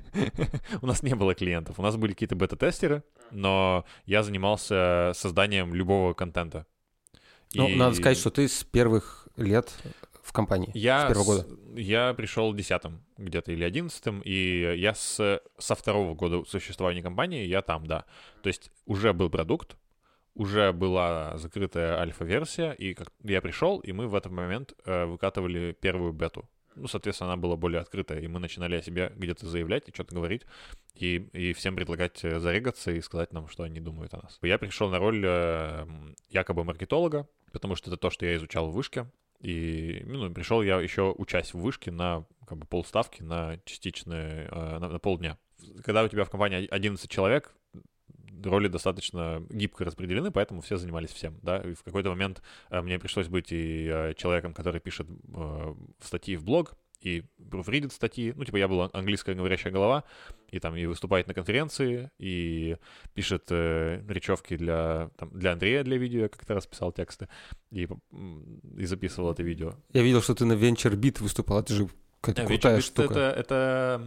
У нас не было клиентов, у нас были какие-то бета-тестеры, но я занимался созданием любого контента. Ну, и... надо сказать, что ты с первых лет в компании, я с первого года. С... Я пришел десятым где-то или одиннадцатым, и я с... со второго года существования компании, я там, да. То есть уже был продукт, уже была закрытая альфа-версия, и как... я пришел, и мы в этот момент э, выкатывали первую бету. Ну, соответственно, она была более открытая, и мы начинали о себе где-то заявлять и что-то говорить, и, и всем предлагать зарегаться и сказать нам, что они думают о нас. Я пришел на роль э, якобы маркетолога, потому что это то, что я изучал в вышке, и ну, пришел я еще учась в вышке на как бы полставки, на частичные, э, на, на полдня. Когда у тебя в компании одиннадцать человек, роли достаточно гибко распределены, поэтому все занимались всем, да, и в какой-то момент э, мне пришлось быть и э, человеком, который пишет э, статьи в блог, и профридит статьи, ну, типа я был английская говорящая голова, и там и выступает на конференции, и пишет э, речевки для, там, для Андрея, для видео, я как-то раз писал тексты, и, и записывал это видео. Я видел, что ты на VentureBeat выступал, это же какая-то крутая VentureBeat штука. Это, это...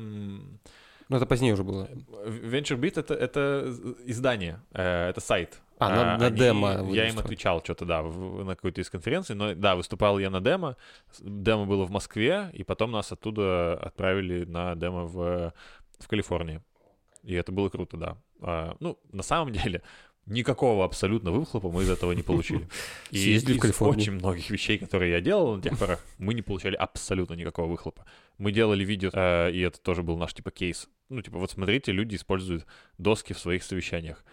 Ну, это позднее уже было. VentureBeat это, — это издание, это сайт. А, на, на Они, демо. Я им отвечал что-то, да, в, на какой-то из конференций, но, да, выступал я на демо. Демо было в Москве, и потом нас оттуда отправили на демо в, в Калифорнии. И это было круто, да. А, ну, на самом деле, никакого абсолютно выхлопа мы из этого не получили. И из очень многих вещей, которые я делал на тех порах, мы не получали абсолютно никакого выхлопа. Мы делали видео, э, и это тоже был наш, типа, кейс. Ну, типа, вот смотрите, люди используют доски в своих совещаниях.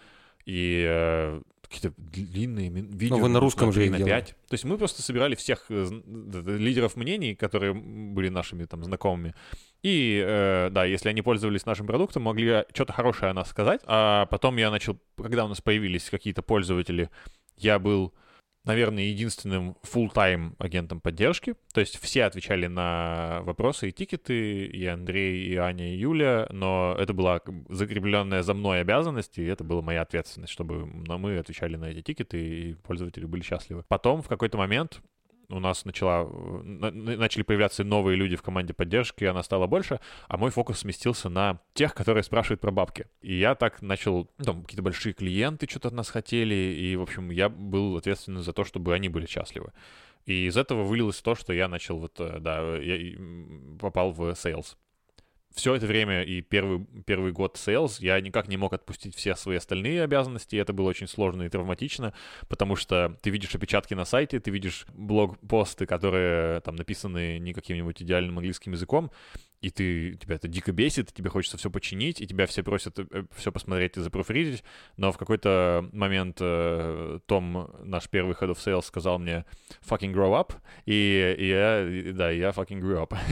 И э, какие-то длинные видео. Но вы на русском же их на пять. То есть мы просто собирали всех э, лидеров мнений, которые были нашими там знакомыми. И, э, да, если они пользовались нашим продуктом, могли что-то хорошее о нас сказать. А потом я начал, когда у нас появились какие-то пользователи, я был, наверное, единственным full-time агентом поддержки. То есть все отвечали на вопросы и тикеты, и Андрей, и Аня, и Юля, но это была закрепленная за мной обязанность, и это была моя ответственность, чтобы мы отвечали на эти тикеты, и пользователи были счастливы. Потом в какой-то момент у нас начала, начали появляться новые люди в команде поддержки, она стала больше, а мой фокус сместился на тех, которые спрашивают про бабки. И я так начал, ну, там, какие-то большие клиенты что-то от нас хотели, и, в общем, я был ответственен за то, чтобы они были счастливы. И из этого вылилось то, что я начал, вот, да, я попал в sales. Все это время и первый, первый год sales я никак не мог отпустить все свои остальные обязанности, и это было очень сложно и травматично, потому что ты видишь опечатки на сайте, ты видишь блог-посты, которые там написаны не каким-нибудь идеальным английским языком, и ты, тебя это дико бесит, и тебе хочется все починить, и тебя все просят все посмотреть и запрофризить, но в какой-то момент э, Том, наш первый head of sales, сказал мне fucking grow up, и, и я, и, да, я fucking grew up.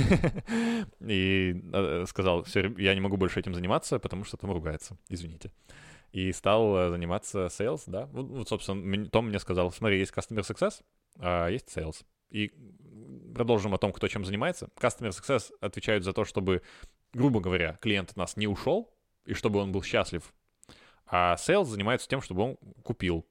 И э, сказал, все, я не могу больше этим заниматься, потому что Том ругается, извините. И стал заниматься sales, да. Вот, вот, собственно, Том мне сказал, смотри, есть customer success, а есть sales. И продолжим о том, кто чем занимается. Customer Success отвечают за то, чтобы, грубо говоря, клиент от нас не ушел, и чтобы он был счастлив. А Sales занимается тем, чтобы он купил.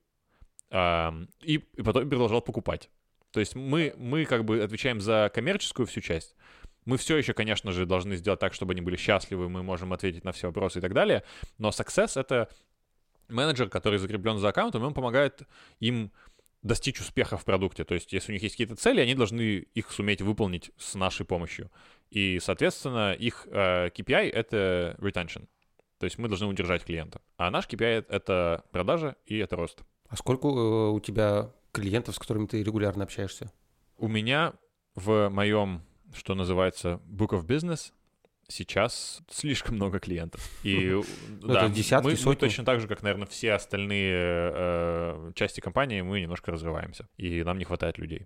А, и, и потом продолжал покупать. То есть мы, мы как бы отвечаем за коммерческую всю часть. Мы все еще, конечно же, должны сделать так, чтобы они были счастливы, мы можем ответить на все вопросы и так далее. Но Success — это менеджер, который закреплен за аккаунтом, и он помогает им достичь успеха в продукте. То есть, если у них есть какие-то цели, они должны их суметь выполнить с нашей помощью. И, соответственно, их э, кей пи ай — это retention. То есть мы должны удержать клиента. А наш кей пи ай — это продажа и это рост. А сколько э, у тебя клиентов, с которыми ты регулярно общаешься? У меня в моем, что называется, Book of Business, сейчас слишком много клиентов. И да, это десятки, мы, сотни. мы точно так же, как, наверное, все остальные э, части компании, мы немножко развиваемся. И нам не хватает людей.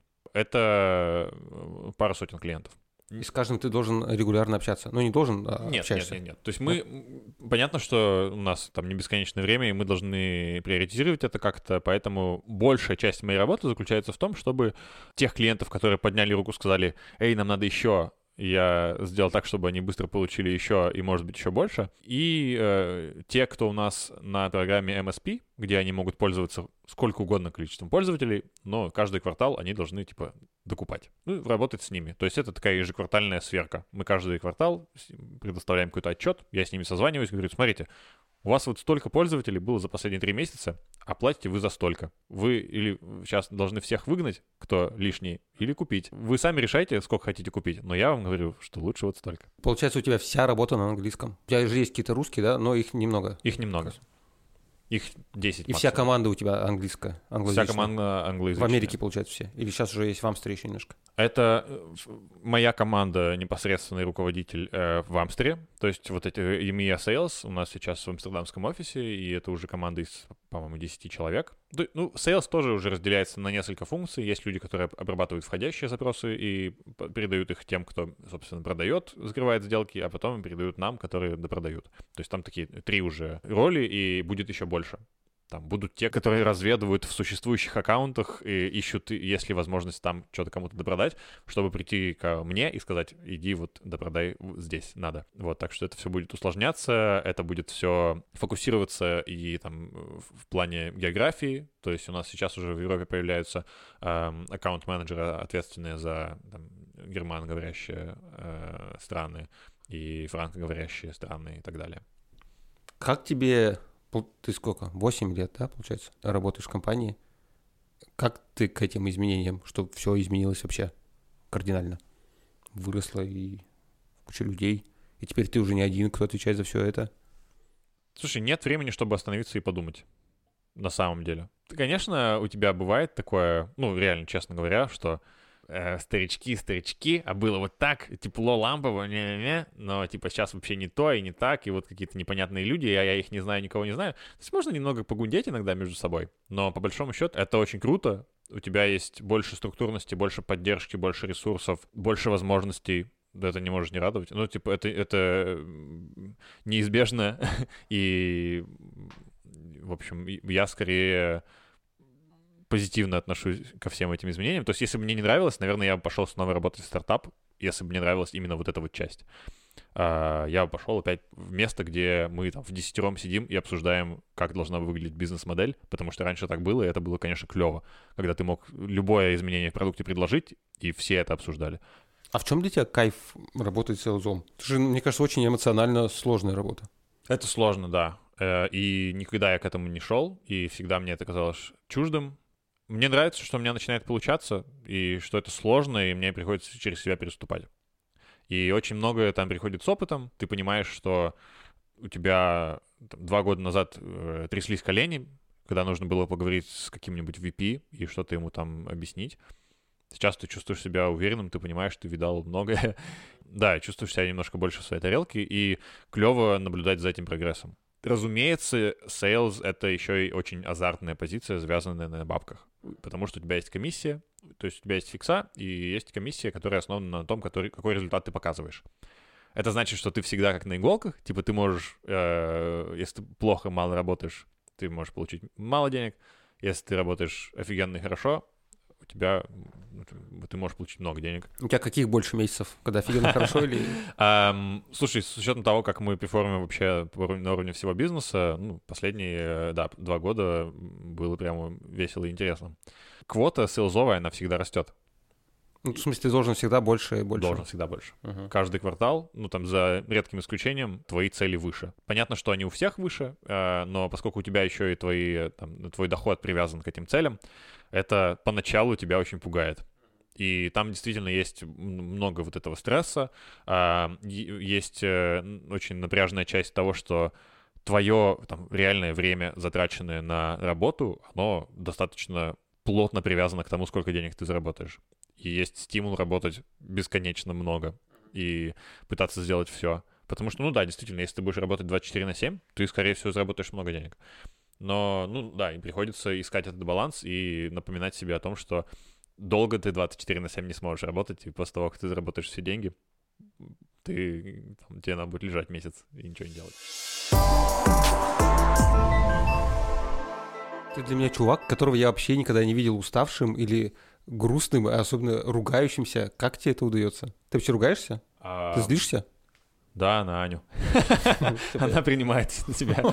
Это пара сотен клиентов. И с каждым ты должен регулярно общаться. Ну, не должен, а нет, общаешься. Нет, нет, нет. То есть мы... Да? Понятно, что у нас там не бесконечное время, и мы должны приоритизировать это как-то, поэтому большая часть моей работы заключается в том, чтобы тех клиентов, которые подняли руку, сказали, эй, нам надо еще... Я сделал так, чтобы они быстро получили еще и, может быть, еще больше. И э, те, кто у нас на программе эм эс пи, где они могут пользоваться сколько угодно количеством пользователей, но каждый квартал они должны, типа, докупать. Ну, работать с ними. То есть это такая ежеквартальная сверка. Мы каждый квартал предоставляем какой-то отчет, я с ними созваниваюсь, говорю, смотрите, у вас вот столько пользователей было за последние три месяца, а платите вы за столько. Вы или сейчас должны всех выгнать, кто лишний, или купить. Вы сами решайте, сколько хотите купить, но я вам говорю, что лучше вот столько. Получается, у тебя вся работа на английском. У тебя же есть какие-то русские, да, но их немного. Их немного. Их десять И максимум. вся команда у тебя английская, англоязычная. Вся команда англоязычная. В Америке, получается, все. Или сейчас уже есть в Амстере еще немножко? Это моя команда, непосредственный руководитель э, в Амстере. То есть вот эти и эм и эй Sales у нас сейчас в амстердамском офисе, и это уже команда из, по-моему, десяти человек. Ну, Sales тоже уже разделяется на несколько функций. Есть люди, которые обрабатывают входящие запросы и передают их тем, кто, собственно, продает, закрывает сделки, а потом передают нам, которые допродают. То есть там такие три уже роли, и будет еще больше. Там будут те, которые разведывают в существующих аккаунтах и ищут, есть ли возможность там что-то кому-то допродать, чтобы прийти ко мне и сказать, иди вот допродай здесь, надо. Вот, так что это все будет усложняться, это будет все фокусироваться и там в плане географии. То есть у нас сейчас уже в Европе появляются э, аккаунт-менеджеры, ответственные за там, германоговорящие э, страны и франкоговорящие страны и так далее. Как тебе... Ты сколько? восемь лет, да, получается, работаешь в компании. Как ты к этим изменениям, чтобы все изменилось вообще кардинально? Выросло и куча людей. И теперь ты уже не один, кто отвечает за все это. Слушай, нет времени, чтобы остановиться и подумать. На самом деле. Конечно, у тебя бывает такое, ну, реально, честно говоря, что э, старички, старички, а было вот так, тепло, лампово, не-не-не, но, типа, сейчас вообще не то и не так, и вот какие-то непонятные люди, а я их не знаю, никого не знаю. То есть можно немного погундеть иногда между собой, но, по большому счету, это очень круто. У тебя есть больше структурности, больше поддержки, больше ресурсов, больше возможностей. Да, это не можешь не радовать. Ну, типа, это, это неизбежно, и, в общем, я скорее позитивно отношусь ко всем этим изменениям. То есть, если бы мне не нравилось, наверное, я бы пошел снова работать в стартап, если бы мне нравилась именно вот эта вот часть. Я бы пошел опять в место, где мы там в десятером сидим и обсуждаем, как должна выглядеть бизнес-модель, потому что раньше так было, и это было, конечно, клево, когда ты мог любое изменение в продукте предложить, и все это обсуждали. А в чем для тебя кайф работать селзом? Это же, мне кажется, очень эмоционально сложная работа. Это сложно, да. И никогда я к этому не шел, и всегда мне это казалось чуждым. Мне нравится, что у меня начинает получаться, и что это сложно, и мне приходится через себя переступать. И очень многое там приходит с опытом. Ты понимаешь, что у тебя там, два года назад э, тряслись колени, когда нужно было поговорить с каким-нибудь ви пи и что-то ему там объяснить. Сейчас ты чувствуешь себя уверенным, ты понимаешь, ты видал многое. Да, чувствуешь себя немножко больше в своей тарелке, и клево наблюдать за этим прогрессом. Разумеется, sales — это еще и очень азартная позиция, завязанная на бабках. Потому что у тебя есть комиссия, то есть у тебя есть фикса, и есть комиссия, которая основана на том, который, какой результат ты показываешь. Это значит, что ты всегда как на иголках, типа ты можешь, э, если ты плохо, мало работаешь, ты можешь получить мало денег. Если ты работаешь офигенно и хорошо, у тебя, ты можешь получить много денег. У тебя каких больше месяцев? Когда офигенно хорошо или... Um, слушай, с учетом того, как мы перформим вообще на уровне всего бизнеса, ну, последние, да, два года было прямо весело и интересно. Квота сейлзовая, она всегда растет. Ну, в смысле, ты должен всегда больше и больше? Должен всегда больше. Uh-huh. Каждый квартал, ну, там, за редким исключением, твои цели выше. Понятно, что они у всех выше, но поскольку у тебя еще и твои, там, твой доход привязан к этим целям, это поначалу тебя очень пугает. И там действительно есть много вот этого стресса, есть очень напряженная часть того, что твое там, реальное время, затраченное на работу, оно достаточно плотно привязано к тому, сколько денег ты заработаешь. И есть стимул работать бесконечно много и пытаться сделать все. Потому что, ну да, действительно, если ты будешь работать двадцать четыре на семь, ты, скорее всего, заработаешь много денег. Но, ну да, и приходится искать этот баланс и напоминать себе о том, что долго ты двадцать четыре на семь не сможешь работать, и после того, как ты заработаешь все деньги, ты, там, тебе надо будет лежать месяц и ничего не делать. Ты для меня чувак, которого я вообще никогда не видел уставшим или грустным, а особенно ругающимся. Как тебе это удается? Ты вообще ругаешься? А... Ты злишься? Да, на Аню. Она принимает на себя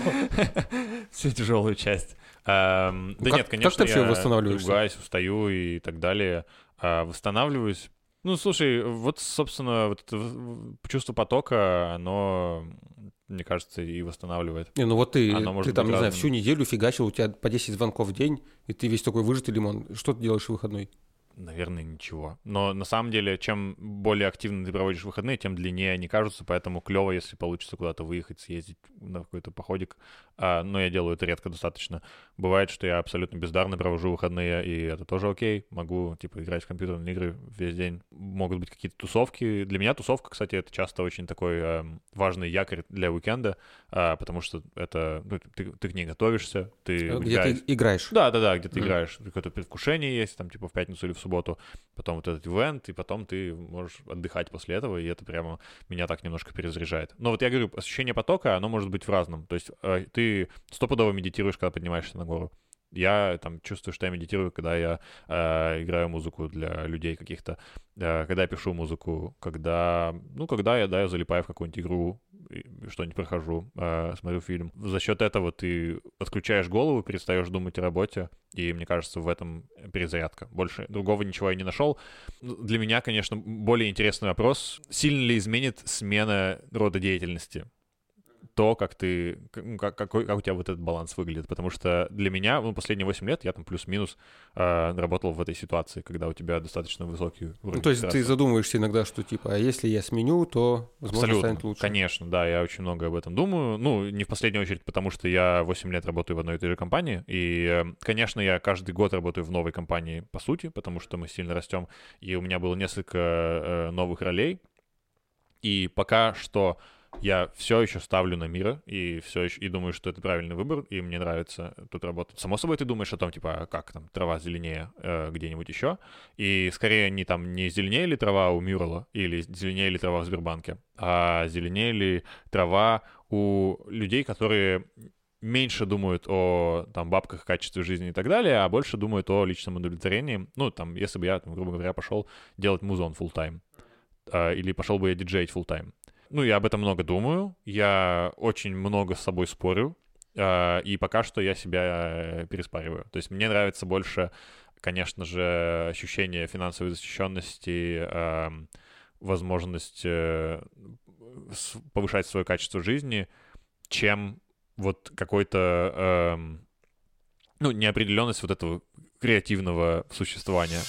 всю тяжелую часть. Да нет, конечно, я ругаюсь, устаю и так далее. Восстанавливаюсь. Ну, слушай, вот, собственно, вот это чувство потока, оно, мне кажется, и восстанавливает. Не, ну вот ты, ты там, не знаю, всю неделю фигачил, у тебя по десять звонков в день, и ты весь такой выжатый лимон. Что ты делаешь в выходной? Наверное, ничего. Но на самом деле, чем более активно ты проводишь выходные, тем длиннее они кажутся, поэтому клево, если получится куда-то выехать, съездить на какой-то походик. А, но я делаю это редко достаточно. Бывает, что я абсолютно бездарно провожу выходные, и это тоже окей. Могу, типа, играть в компьютерные игры весь день. Могут быть какие-то тусовки. Для меня тусовка, кстати, это часто очень такой э, важный якорь для уикенда, э, потому что это, ну, ты, ты к ней готовишься, ты где играешь. ты играешь. Да-да-да, где ты mm. играешь. Какое-то предвкушение есть, там, типа, в пятницу или в субботу, потом вот этот ивент, и потом ты можешь отдыхать после этого, и это прямо меня так немножко перезаряжает. Но вот я говорю, ощущение потока, оно может быть в разном. То есть э, ты стопудово медитируешь, когда поднимаешься на гору. Я там чувствую, что я медитирую, когда я э, играю музыку для людей каких-то, э, когда я пишу музыку, когда, ну, когда я, да, я залипаю в какую-нибудь игру, что-нибудь прохожу, э, смотрю фильм. За счет этого ты отключаешь голову, перестаешь думать о работе, и мне кажется, в этом перезарядка. Больше другого ничего я не нашел. Для меня, конечно, более интересный вопрос, сильно ли изменит смена рода деятельности? То, как ты, как, какой, как у тебя вот этот баланс выглядит. Потому что для меня, ну, последние восемь лет я там плюс-минус э, работал в этой ситуации, когда у тебя достаточно высокий уровень. Ну, то есть стресса. Ты задумываешься иногда, что типа, а если я сменю, то, возможно, Абсолютно. Станет лучше. Конечно, да, я очень много об этом думаю. Ну, не в последнюю очередь, потому что я восемь лет работаю в одной и той же компании. И, конечно, я каждый год работаю в новой компании, по сути, потому что мы сильно растем. И у меня было несколько э, новых ролей. И пока что я все еще ставлю на мира, и все еще и думаю, что это правильный выбор, и мне нравится тут работать. Само собой, ты думаешь о том, типа, как там трава зеленее э, где-нибудь еще, и скорее не там не зеленее ли трава у Мюррелла, или зеленее ли трава в Сбербанке, а зеленее ли трава у людей, которые меньше думают о там бабках, качестве жизни и так далее, а больше думают о личном удовлетворении. Ну, там, если бы я, там, грубо говоря, пошел делать музон full-time, э, или пошел бы я диджеить full-time. Ну, я об этом много думаю, я очень много с собой спорю, э, и пока что я себя переспариваю. То есть мне нравится больше, конечно же, ощущение финансовой защищенности, э, возможность э, повышать свое качество жизни, чем вот какой-то, э, ну, неопределенность вот этого креативного существования.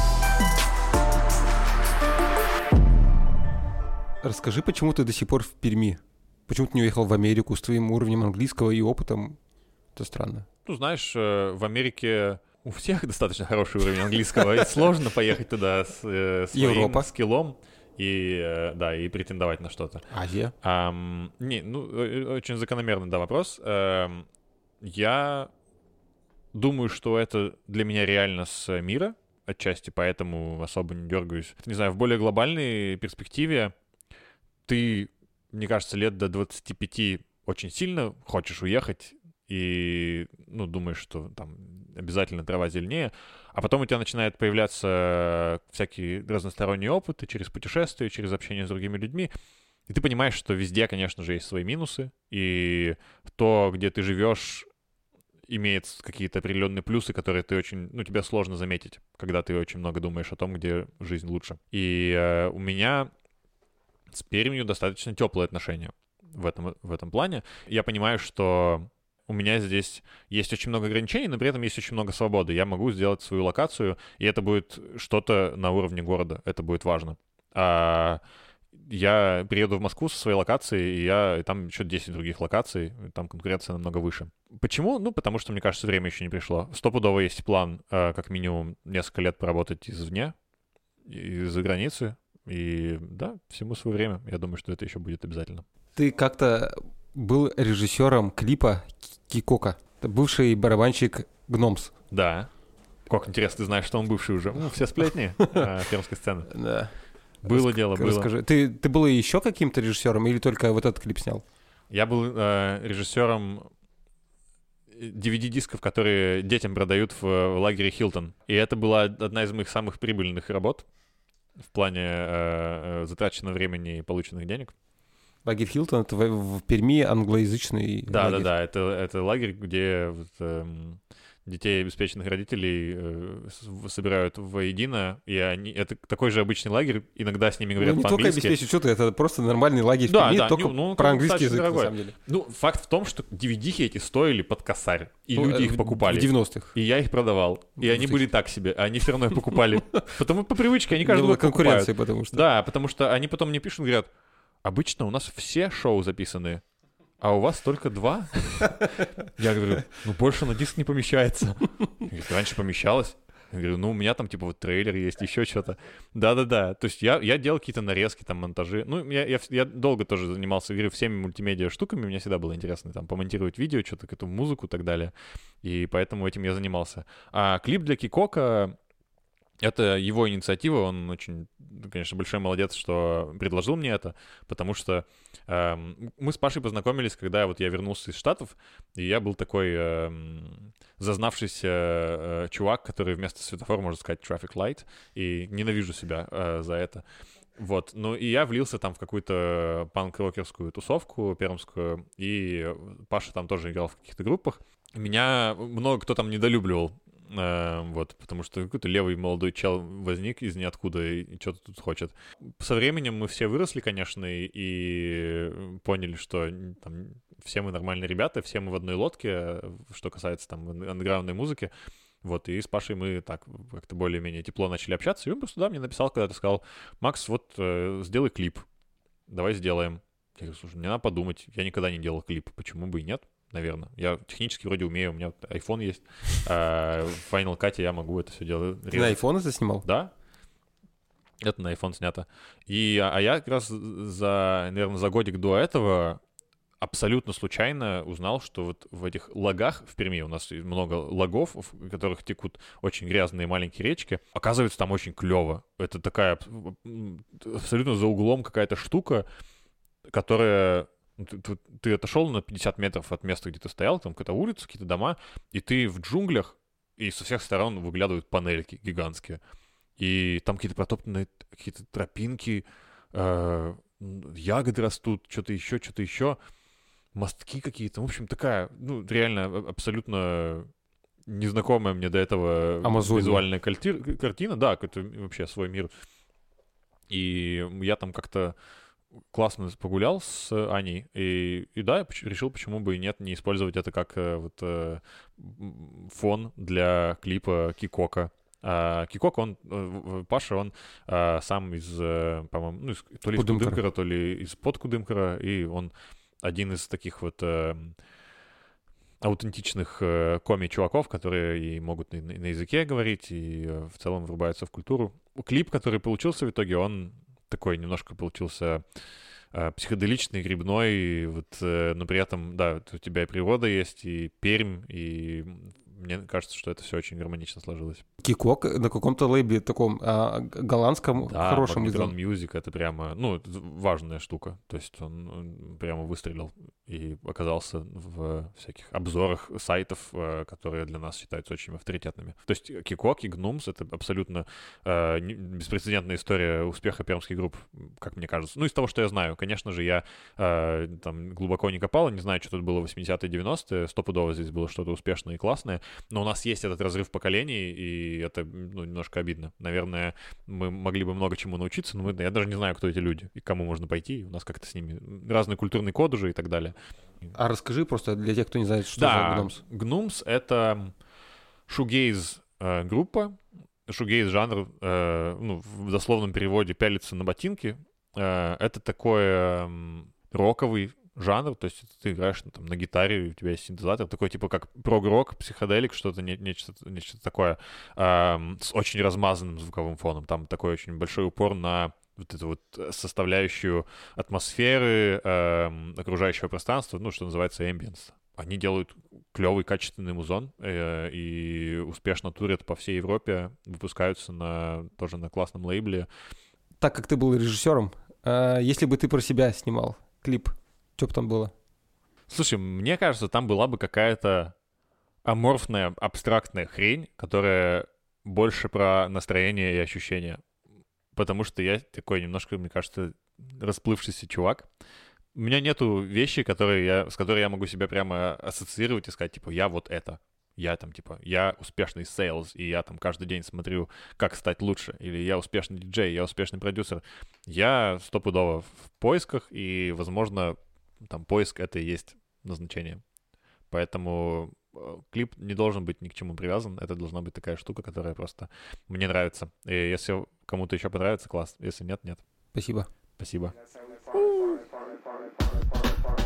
Расскажи, почему ты до сих пор в Перми? Почему ты не уехал в Америку с твоим уровнем английского и опытом? Это странно. Ну, знаешь, в Америке у всех достаточно хороший уровень английского, и сложно поехать туда с э, своим Европа. скиллом и, э, да, и претендовать на что-то. Азия. Um, не, ну, очень закономерный, да, вопрос. Um, я думаю, что это для меня реально с мира отчасти, поэтому особо не дергаюсь. Не знаю, в более глобальной перспективе ты, мне кажется, лет до двадцати пяти очень сильно хочешь уехать и, ну, думаешь, что там обязательно трава зеленее, а потом у тебя начинает появляться всякие разносторонние опыты через путешествия, через общение с другими людьми, и ты понимаешь, что везде, конечно же, есть свои минусы, и то, где ты живешь, имеет какие-то определенные плюсы, которые ты очень, ну, тебе сложно заметить, когда ты очень много думаешь о том, где жизнь лучше. И э, у меня с Пермью достаточно теплые отношения в этом, в этом плане. Я понимаю, что у меня здесь есть очень много ограничений, но при этом есть очень много свободы. Я могу сделать свою локацию, и это будет что-то на уровне города. Это будет важно. А я приеду в Москву со своей локацией, и, я, и там еще десять других локаций, и там конкуренция намного выше. Почему? Ну, потому что, мне кажется, время еще не пришло. Стопудово есть план, как минимум, несколько лет поработать извне, из-за границы. И да, всему свое время. Я думаю, что это еще будет обязательно. Ты как-то был режиссером клипа Кикока. Это бывший барабанщик Гномс. Да. Как интересно, ты знаешь, что он бывший уже. Ну, все сплетни пермской сцены. Да. Было дело, было. Расскажи. Ты, ты был еще каким-то режиссером или только вот этот клип снял? Я был э, режиссером ди ви ди-дисков, которые детям продают в, в лагере Хилтон. И это была одна из моих самых прибыльных работ в плане э, э, затраченного времени и полученных денег. Лагерь Хилтон — это в, в Перми англоязычный да, лагерь. Да, да, это, это лагерь, где вот, э, детей обеспеченных родителей э, собирают воедино, и они, это такой же обычный лагерь, иногда с ними говорят ну, не по-английски. только обеспечить что-то, это просто нормальный лагерь да, в Перми, да, только ну, про английский язык, дорогой. на самом деле. Ну, факт в том, что ди ви ди-хи эти стоили под косарь, и ну, люди их в, покупали. В девяностых. И я их продавал, и в они были так себе, а они все равно их покупали. Потому по привычке они Не каждый было год конкуренции, покупают. потому что... Да, потому что они потом мне пишут, говорят, обычно у нас все шоу записаны, а у вас только два? Я говорю, ну больше на диск не помещается. Говорит, раньше помещалось. Я говорю, ну у меня там типа вот трейлер есть, еще что-то. Да-да-да, то есть я, я делал какие-то нарезки, там монтажи. Ну я, я, я долго тоже занимался, говорю, всеми мультимедиа штуками, мне всегда было интересно там помонтировать видео, что-то, какую-то музыку и так далее. И поэтому этим я занимался. А клип для Кикока... Это его инициатива, он очень, конечно, большой молодец, что предложил мне это, потому что э, мы с Пашей познакомились, когда вот я вернулся из Штатов, и я был такой э, зазнавшийся э, чувак, который вместо светофора, можно сказать, traffic light, и ненавижу себя э, за это. Вот, ну и я влился там в какую-то панк-рокерскую тусовку пермскую, и Паша там тоже играл в каких-то группах. Меня много кто там недолюбливал. Uh, вот, потому что какой-то левый молодой чел возник из ниоткуда и, и что-то тут хочет. Со временем мы все выросли, конечно, и, и поняли, что там, все мы нормальные ребята, все мы в одной лодке, что касается там андеграундной музыки. Вот, и с Пашей мы так как-то более-менее тепло начали общаться, и он просто, да, мне написал когда-то, сказал, Макс, вот, э, сделай клип, давай сделаем. Я говорю, слушай, мне надо подумать, я никогда не делал клип, почему бы и нет? Наверное. Я технически вроде умею, у меня вот iPhone есть. А в Final Cut я могу это все делать. Ты на iPhone это снимал? Да. Это на iPhone снято. И, а я как раз за, наверное, за годик до этого абсолютно случайно узнал, что вот в этих лагах в Перми, у нас много лагов, в которых текут очень грязные маленькие речки, оказывается, там очень клево. Это такая абсолютно за углом какая-то штука, которая... Ты, ты, ты отошел на пятьдесят метров от места, где ты стоял, там какая-то улица, какие-то дома, и ты в джунглях, и со всех сторон выглядывают панельки гигантские. И там какие-то протоптанные какие-то тропинки, э, ягоды растут, что-то еще, что-то еще, мостки какие-то. В общем, такая, ну, реально абсолютно незнакомая мне до этого Амазония. Визуальная кальти- картина. Да, это вообще свой мир. И я там как-то классно погулял с Аней, и, и да, я решил, почему бы и нет, не использовать это как вот фон для клипа Кикока. А Кикок, он, Паша, он а, сам из, по-моему, ну, из, то ли из Кудымкара. Кудымкара, то ли из-под Кудымкара, и он один из таких вот а, аутентичных э, коми-чуваков, которые и могут на, на языке говорить, и э, в целом врубаются в культуру. Клип, который получился в итоге, он такой немножко получился э, психоделичный, грибной, вот, э, но при этом, да, у тебя и природа есть, и Пермь, и мне кажется, что это все очень гармонично сложилось. Кикок на каком-то лейбле таком а, голландском, да, хорошем издан. Да, Music — это прямо, ну, важная штука. То есть он, он прямо выстрелил и оказался в всяких обзорах сайтов, которые для нас считаются очень авторитетными. То есть Кикок и Гнумс — это абсолютно э, беспрецедентная история успеха пермских групп, как мне кажется. Ну, из того, что я знаю. Конечно же, я э, там глубоко не копал, не знаю, что тут было в восьмидесятые, девяностые. Стопудово здесь было что-то успешное и классное. Но у нас есть этот разрыв поколений, и это, ну, немножко обидно. Наверное, мы могли бы много чему научиться, но мы, я даже не знаю, кто эти люди и к кому можно пойти. У нас как-то с ними разный культурный код уже и так далее. А расскажи просто для тех, кто не знает, что да, за Гнумс. Гнумс — это шугейз э, группа. Шугейз жанр, э, ну, в дословном переводе «пялиться на ботинки». Э, это такой э, роковый жанр, то есть ты играешь ну, там, на гитаре, у тебя есть синтезатор, такой типа как прог-рок, психоделик, что-то, не, нечто, нечто такое, э, с очень размазанным звуковым фоном. Там такой очень большой упор на вот эту вот составляющую атмосферы, э, окружающего пространства, ну, что называется ambience. Они делают клевый, качественный музон э, и успешно турят по всей Европе, выпускаются на, тоже на классном лейбле. Так как ты был режиссером, э, если бы ты про себя снимал клип, что бы там было? Слушай, мне кажется, там была бы какая-то аморфная, абстрактная хрень, которая больше про настроение и ощущения. Потому что я такой немножко, мне кажется, расплывшийся чувак. У меня нету вещи, которые я, с которой я могу себя прямо ассоциировать и сказать, типа, я вот это. Я там, типа, я успешный сейлс, и я там каждый день смотрю, как стать лучше. Или я успешный диджей, я успешный продюсер. Я стопудово в поисках, и, возможно, там поиск — это и есть назначение. Поэтому клип не должен быть ни к чему привязан. Это должна быть такая штука, которая просто мне нравится. И если кому-то еще понравится, класс. Если нет, нет. Спасибо. Спасибо.